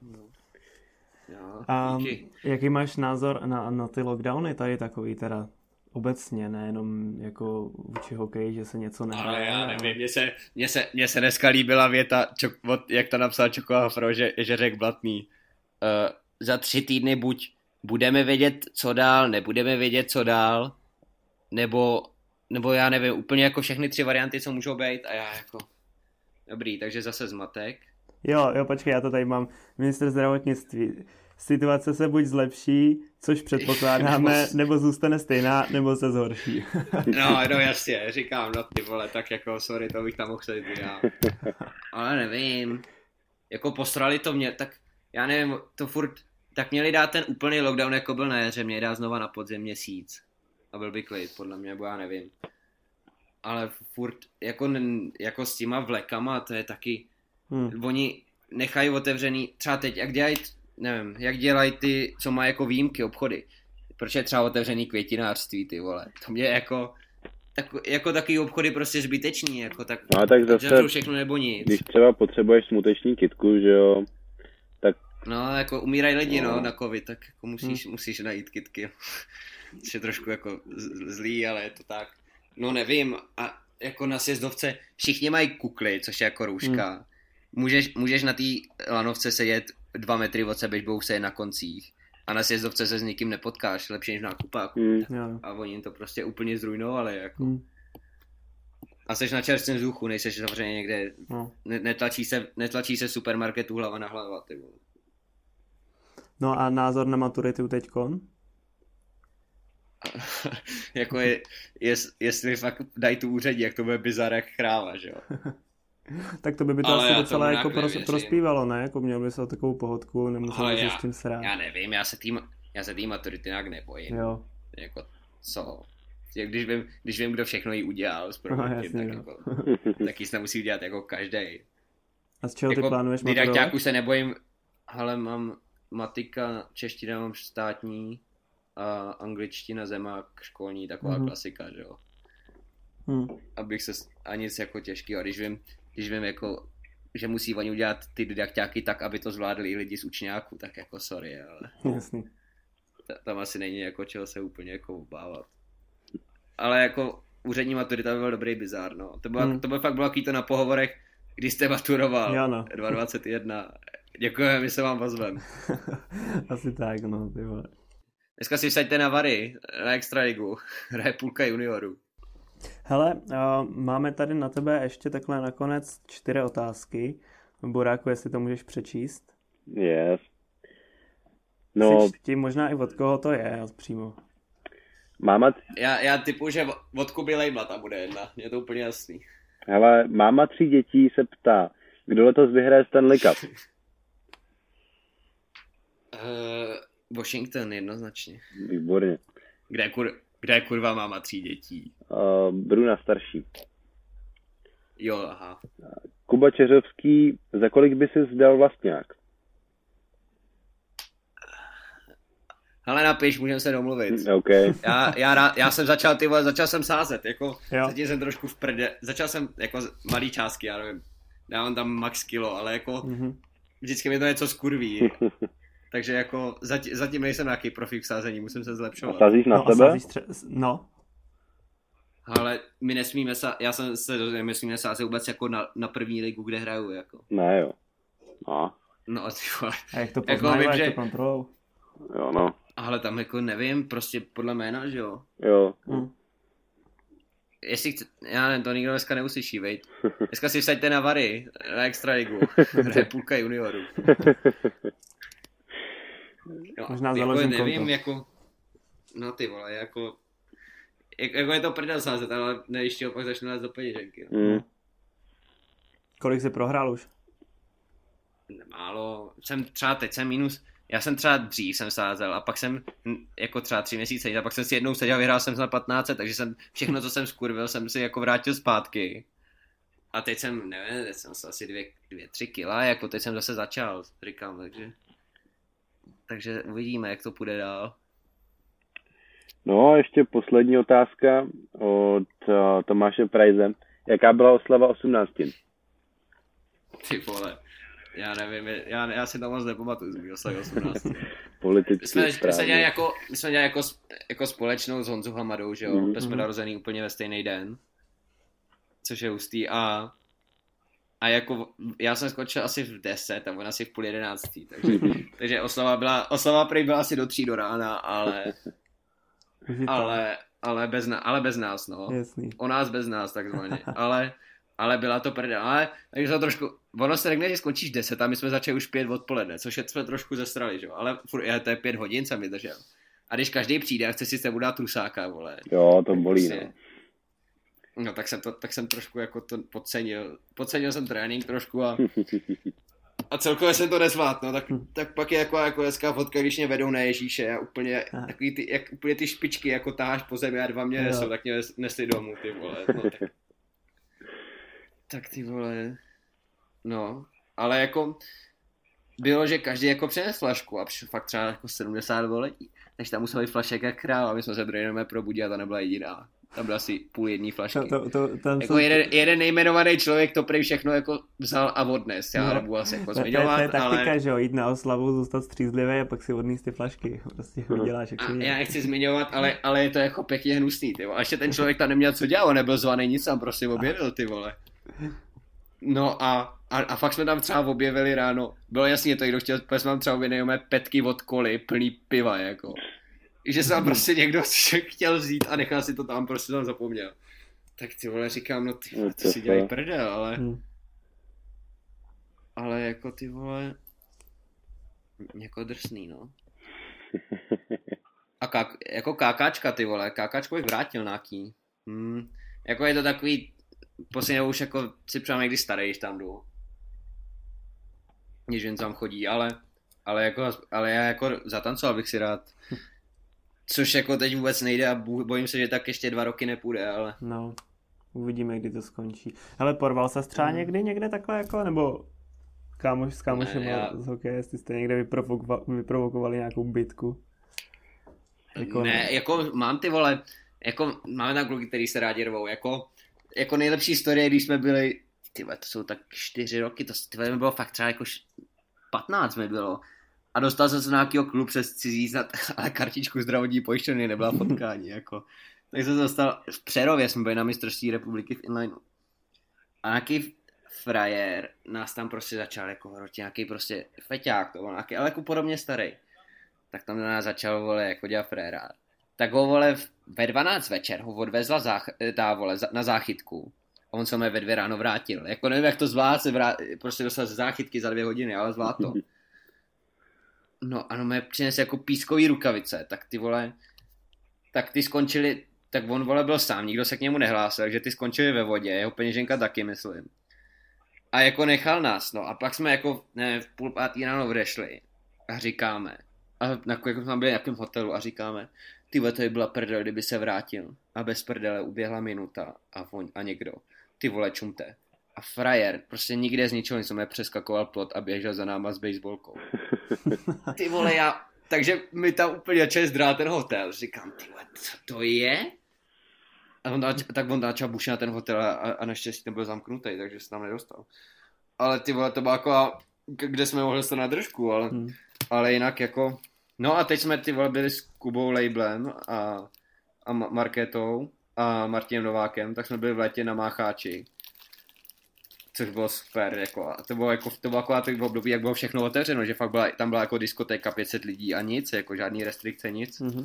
Jo, a jaký máš názor na, na ty lockdowny tady takový teda obecně, nejenom jako vůči hokeji, že se něco nehraje? Ale já nevím, mně se, mně se, mně se dneska líbila věta, čok, od, jak to napsal Čoko Afro, že, že řekl Blatný. Uh, za tři týdny buď budeme vědět, co dál, nebudeme vědět, co dál, nebo, nebo já nevím, úplně jako všechny tři varianty, co můžou být a já jako, dobrý, takže zase zmatek. Jo, jo, počkej, já to tady mám, ministr zdravotnictví. Situace se buď zlepší, což předpokládáme, nebo, nebo zůstane stejná, nebo se zhorší. No, no jasně, říkám, no ty vole, tak jako, sorry, to bych tam mohl sedit já. Ale nevím, jako posrali to mě, tak já nevím, to furt, tak měli dát ten úplný lockdown, jako byl na jaře, měli dát znova na podzim měsíc. A byl by klid, podle mě, nebo já nevím. Ale furt, jako, jako s těma vlekama, to je taky, hmm. oni nechají otevřený, třeba teď, jak dělají, nevím, jak dělají ty, co má jako výjimky, obchody. Proč je třeba otevřený květinářství, ty vole. To mě jako, tak, jako takový obchody prostě zbytečný, jako tak, no, tak zase, všechno nebo nic. Když třeba potřebuješ smuteční kytku, že jo, tak... No, jako umírají lidi, no, no na covid, tak jako musíš, hmm. musíš najít kytky. Což je trošku jako zlý, ale je to tak. No nevím, a jako na sjezdovce všichni mají kukly, což je jako růžka. Hmm. Můžeš, můžeš na té lanovce sedět dva metry od sebe, budou sedět na koncích. A na sjezdovce se s nikým nepotkáš, lepší než na kupáku. Hmm. A oni to prostě úplně zrujnovali, jako. Hmm. A seš na čerstvém vzduchu, nejseš zavřený někde, no. netlačí se, netlačí se supermarketu hlava na hlava, ty vole. No a názor na maturitu teďkon? Jako je, jest, jestli fakt dají tu úředí, jak to bude bizar jak kráva, že jo. Tak to by by to ale asi docela jako pros, prospívalo, ne? Jako měl by se o takovou pohodku, nemusel by se s tím srát. Já nevím, já se tým, já se tým maturity nějak nebojím. Jo. Jako co? Když vím, když vím, kdo všechno jí udělal s promětím, tak, jako, tak jí se nemusí udělat jako každej. A z čeho ty jako, plánuješ maturovat? Didakťáku se nebojím, ale mám matika, čeština mám státní a angličtina, zemák, školní, taková mm-hmm. klasika, že jo. Hmm. Abych se, a nic jako těžkýho, když vím, když vím jako, že musí oni udělat ty didakťáky tak, aby to zvládli i lidi z učňáku, tak jako sorry, ale jasný. Tam asi není jako čeho se úplně jako obávat. Ale jako úřední maturita by byl dobrý bizár, no. To bylo, hmm. to bylo fakt bylo jaký to na pohovorech, když jste maturoval, no. dva dvacet jedna. Děkujeme, my se vám pozvem. Asi tak, no, ty vole. Dneska si vsaďte na Vary, na Extraligu, hraje půlka juniorů. Hele, uh, máme tady na tebe ještě takhle nakonec čtyři otázky. Boráku, jestli to můžeš přečíst? Yes. No, Jsi ti možná i od koho to je, přímo. Máma... Já, já typu, že od Kuby Lejbla tam bude jedna, je to úplně jasný. Hele, máma tří dětí se ptá, kdo letos vyhraje Stanley Cup? Uh, Washington jednoznačně. Výborně. Kde je, kur, kde je kurva máma tří dětí? Uh, Bruna starší. Jo, aha. Kuba Čeřovský, za kolik by si zdal vlastňák? Hele, napiš, můžeme se domluvit. Okay. Já, já, rád, já jsem začal, ty vole, začal jsem sázet, jako, jo. zatím jsem trošku v prde, začal jsem, jako, malý částky, já nevím, dávám tam max kilo, ale jako, mm-hmm. vždycky mi to něco skurví, takže jako, zatím, zatím nejsem nějaký profík v sázení, musím se zlepšovat. A sázíš na no, sebe? Stře- no. Ale my nesmíme, sa- já jsem se dozvěděl, my nesmíme sázet vůbec jako na, na první ligu, kde hraju, jako. Ne, jo. No. No, ty vole. A jak to poznají, jako, jak to kontrolou? Jo, no. Ale tam jako nevím, prostě podle jména, že jo? Jo. Hmm. Jestli chce, já nevím, to nikdo dneska neuslyší, vejď. Dneska si vsaďte na Vary, na Extraligu, hraje půlka juniorů. No, možná jako založím nevím, konto. jako, no ty vole, jako, jak, jako je to prdel sázet, ale nejiště opak začne lézt do peněženky. No. Mm. Kolik jsi prohrál už? Málo, jsem třeba teď jsem minus, já jsem třeba dřív jsem sázel a pak jsem jako třeba tři měsíce a pak jsem si jednou seděl a vyhrál jsem na patnáct, takže jsem všechno, co jsem skurvil, jsem si jako vrátil zpátky. A teď jsem, nevím, teď jsem asi dvě, dvě, tři kila, jako teď jsem zase začal, říkám, takže, takže uvidíme, jak to půjde dál. No a ještě poslední otázka od uh, Tomáše Prajze. Jaká byla oslava osmnáctin? Ty vole, já nevím, já, já si to moc nepamatuju z mýho oslavy osmnáct. Politicky My jsme, my jsme správně. dělali, jako, my jsme dělali jako, jako společnou s Honzou Hamadou, že jo, Mhm. mm-hmm. jsme narozený úplně ve stejný den, což je hustý a a jako já jsem skočil asi v deset a on asi v půl jedenáctý, takže, takže oslava byla, oslava prý byla asi do tří do rána, ale ale, ale, bez, na, ale bez nás, no. Jasný. O nás bez nás, takzvaně, ale ale byla to prdel, ale takže to trošku, ono se řekne, že skončíš deset a my jsme začali už pět odpoledne, což je jsme trošku zestrali, že jo, ale furt, je, to je pět hodin jsem vydržel. A když každý přijde a chce si s tebou dát trusáka, vole. Jo, to bolí, prostě, no. No tak jsem, to, tak jsem trošku jako to podcenil, podcenil jsem trénink trošku a a celkově jsem to nezvládl, no, tak, tak pak je jako, jako hezká fotka, když mě vedou na Ježíše a úplně, takový ty, jak, úplně ty špičky jako táháš po zemi a dva mě nesou, tak mě nesli domů, ty vole, no tak. Tak ty vole, no, ale jako bylo, že každý jako přines flašku a přišlo fakt třeba jako sedmdesát lidí, takže tam musel být flašek jak král a my jsme se druhý jenom probudili a ta nebyla jediná. Tam byla asi půl jedný flašky. To, to, to, jako jeden, jeden nejmenovaný člověk to prý všechno jako vzal a odnes. Já nebudu asi jako zmiňovat, to je taktika, ale... že jo, jít na oslavu, zůstat střízlivý a pak si odníst ty flašky. Prostě uděláš, jak a si já nechci zmiňovat, ale, ale je to jako pěkně hnusný, ty vole. A ještě ten člověk tam neměl co dělat, on nebyl zvaný, nic tam prostě objevil, ty vole. No a, a, a fakt jsme tam třeba objevili ráno. Bylo jasně to, kdo chtěl, jsme tam třeba objevili petky od koly, plný piva, jako. Že se tam prostě někdo chtěl vzít a nechal si to tam, prostě tam zapomněl. Tak ty vole, říkám, no ty vole, to si dělají prdel, ale... Hmm. Ale jako ty vole... Jako drsný, no. A kák, jako kákáčka, ty vole, kákáčko bych vrátil nějaký. Hmm. Jako je to takový... Posledně už jako si přijám někdy starý, když tam jdu. Když jen tam chodí, ale... Ale jako, ale já jako zatancoval bych si rád. Což jako teď vůbec nejde a bojím se, že tak ještě dva roky nepůjde, ale... No, uvidíme, kdy to skončí. Hele, porval se třeba někdy někde takhle jako, nebo kámoš s kámošem já... z hokeje, jestli jste někde vyprovoko- vyprovokovali nějakou bitku? Jako ne, ne, jako mám ty vole, jako máme tam kluky, který se rádi rvou, jako, jako nejlepší historie, když jsme byli, ty vole, to jsou tak čtyři roky, to, ty vole, mi bylo fakt třeba jako patnáct mi bylo. A dostal jsem se na nějakýho klub přes cizí, ale kartičku zdravotní pojišťovny nebyla potkání, jako. Tak jsem se dostal, v Přerově jsme byli na mistrovství republiky v inlineu. A nějaký frajer nás tam prostě začal jako hrotit, nějaký prostě feťák, to byl nějaký, ale jako podobně starý. tak tam na nás začal, vole, jako dělat fréra. Tak ho, vole, ve dvanáct večer ho odvezla zách, tá, vole, na záchytku. A on se mě ve dvě ráno vrátil. Jako nevím, jak to zvlád, se vrát, prostě dostal ze záchytky za dvě hodiny, ale zvlád to. No, ano, mě přines jako pískový rukavice, tak ty, vole, tak ty skončili, tak on, vole, byl sám, nikdo se k němu nehlásil, takže ty skončili ve vodě, jeho peněženka taky, myslím. A jako nechal nás, no, a pak jsme jako, ne, v půl pátý ráno odešli a říkáme, a jako, jako jsme byli v nějakém hotelu a říkáme, ty vole, to by byla prdel, kdyby se vrátil. A bez prdele uběhla minuta a, on, a někdo, ty vole, čumte. A frajer, prostě nikde z ničeho něco mě přeskakoval plot a běžel za náma s baseballkou. Ty vole, já, takže mi tam úplně začal zdrát ten hotel. Říkám, ty vole, co to je? A on, tak on začal bušit na ten hotel a, a naštěstí ten byl zamknutý, takže se tam nedostal. Ale ty vole, to bylo jako, kde jsme mohli stát na držku, ale, hmm. ale jinak jako, no a teď jsme ty vole byli s Kubou Labelem a, a Markétou a Martinem Novákem, tak jsme byli v létě na Mácháči. Což bylo super, jako, a to bylo jako, to bylo jako to období, jak bylo všechno otevřeno, že fakt byla, tam byla jako diskotéka pět set lidí a nic, jako žádný restrikce, nic. Mm-hmm.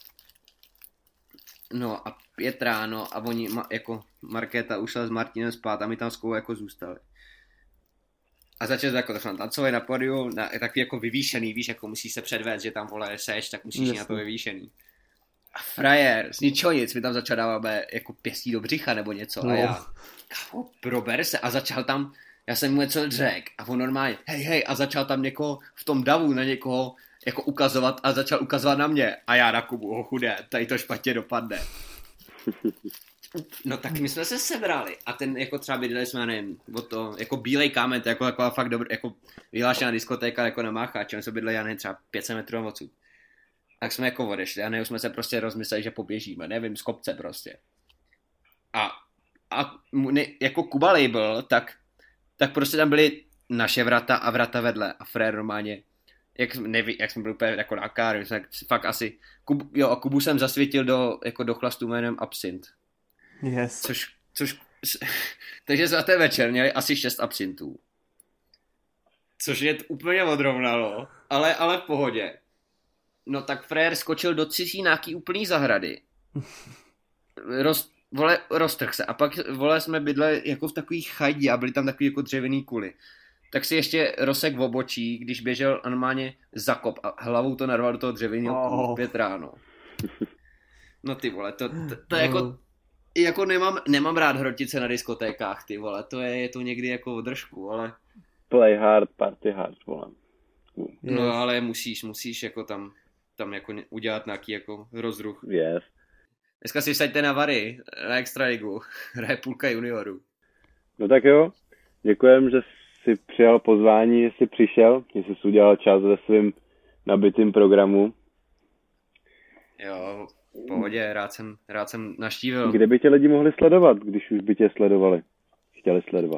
No a pět ráno a oni, jako Markéta ušla s Martinem spát a my tam s Kou jako zůstali. A začali jako to tancovat na podiu, na, takový jako vyvýšený, víš, jako musíš se předvést, že tam, vole, seš, tak musíš jít na to vyvýšený. A frajer, z ničeho nic, mi tam začal dávat jako pěstí do břicha nebo něco. No. A já, kámo, prober se a začal tam, já jsem mu něco řekl a on normálně, hej, hej, a začal tam někoho v tom davu na někoho jako ukazovat a začal ukazovat na mě. A já na Kubu, ho chudé, tady to špatně dopadne. No tak my jsme se sebrali a ten jako třeba bydleli jsme, nevím, o to, jako Bílej kámen, to je jako taková fakt dobrý, jako vyhlášená diskotéka jako na Mácháči, my jsme bydleli, já nevím, třeba pět set metrů odsud. Tak jsme jako odešli a nejsme se prostě rozmysleli, že poběžíme, nevím, z kopce prostě. A, a ne, jako Kuba Label, tak, tak prostě tam byly naše vrata a vrata vedle a frér normálně, jak, neví, jak jsme byli úplně jako na káru, jsme fakt asi, Kub, jo a Kubu jsem zasvětil do, jako do chlastu jménem Absint. Yes. Což, což, takže za ten večer měli asi šest absintů. Což je úplně odrovnalo, ale, ale v pohodě. No tak frér skočil do cizí nějaký úplný zahrady. Roz, vole, roztrh se. A pak, vole, jsme bydleli jako v takový chajdě a byly tam takový jako dřevěný kuly. Tak si ještě rozsek v obočí, když běžel normálně zakop a hlavou to narval do toho dřevěného kulu v pět ráno. No ty vole, to, to, to je jako... Jako nemám, nemám rád hrotit se na diskotékách, ty vole, to je, je to někdy jako v držku, ale... Play hard, party hard, vole. No ale musíš, musíš jako tam, tam jako udělat nějaký jako rozruch. Yes. Dneska si vsaďte na Vary, na Extraligu, hraje půlka juniorů. No tak jo, děkujem, že jsi přijal pozvání, že jsi přišel, že jsi udělal čas ve svým nabitým programu. Jo, v pohodě, rád jsem, rád jsem naštívil. Kde by tě lidi mohli sledovat, když už by tě sledovali? Chtěli sledovat.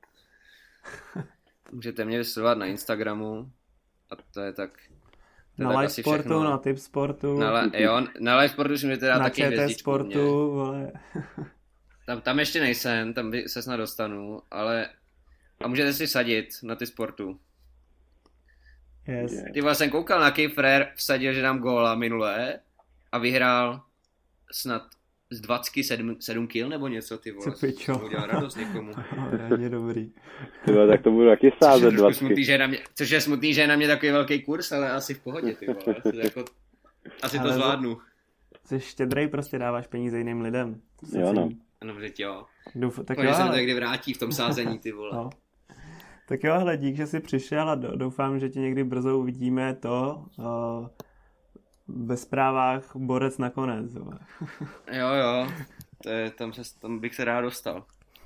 Můžete mě sledovat na Instagramu a to je tak... To je na tak Live Sportu, všechno. Na Tip Sportu. Na, jo, na Live Sportu si můžete dát taky hvězdičku. Na ČT Sportu, vole. Tam, tam ještě nejsem, tam se snad dostanu, ale... A můžete si sadit na Ty Sportu. Yes. Ty vole, jsem koukal, nějaký frér vsadil, že dám góla minulé a vyhrál snad z dvacet sedm kil nebo něco, ty vole. Co pičo. To udělal radost někomu. Je dobrý. Tyhle, tak to budu taky sázet dvacet. Smutný, že je na mě, což je smutný, že je na mě takový velký kurz, ale asi v pohodě, ty vole. To jako, asi ale to zvládnu. Jsi štědrej, prostě dáváš peníze jiným lidem. Jo, no. Ano, vždyť jo. Douf, tak Konec jo, se ale... to někdy vrátí v tom sázení, ty vole. No. Tak jo, hele, dík, že jsi přišel a doufám, že tě někdy brzo uvidíme to uh, ve zprávách borec nakonec. Jo, jo, to je, tam, se, tam bych se rád dostal.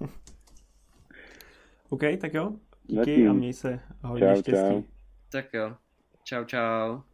OK, tak jo, díky a měj se hodně čau, štěstí. Čau. Tak jo, čau, čau.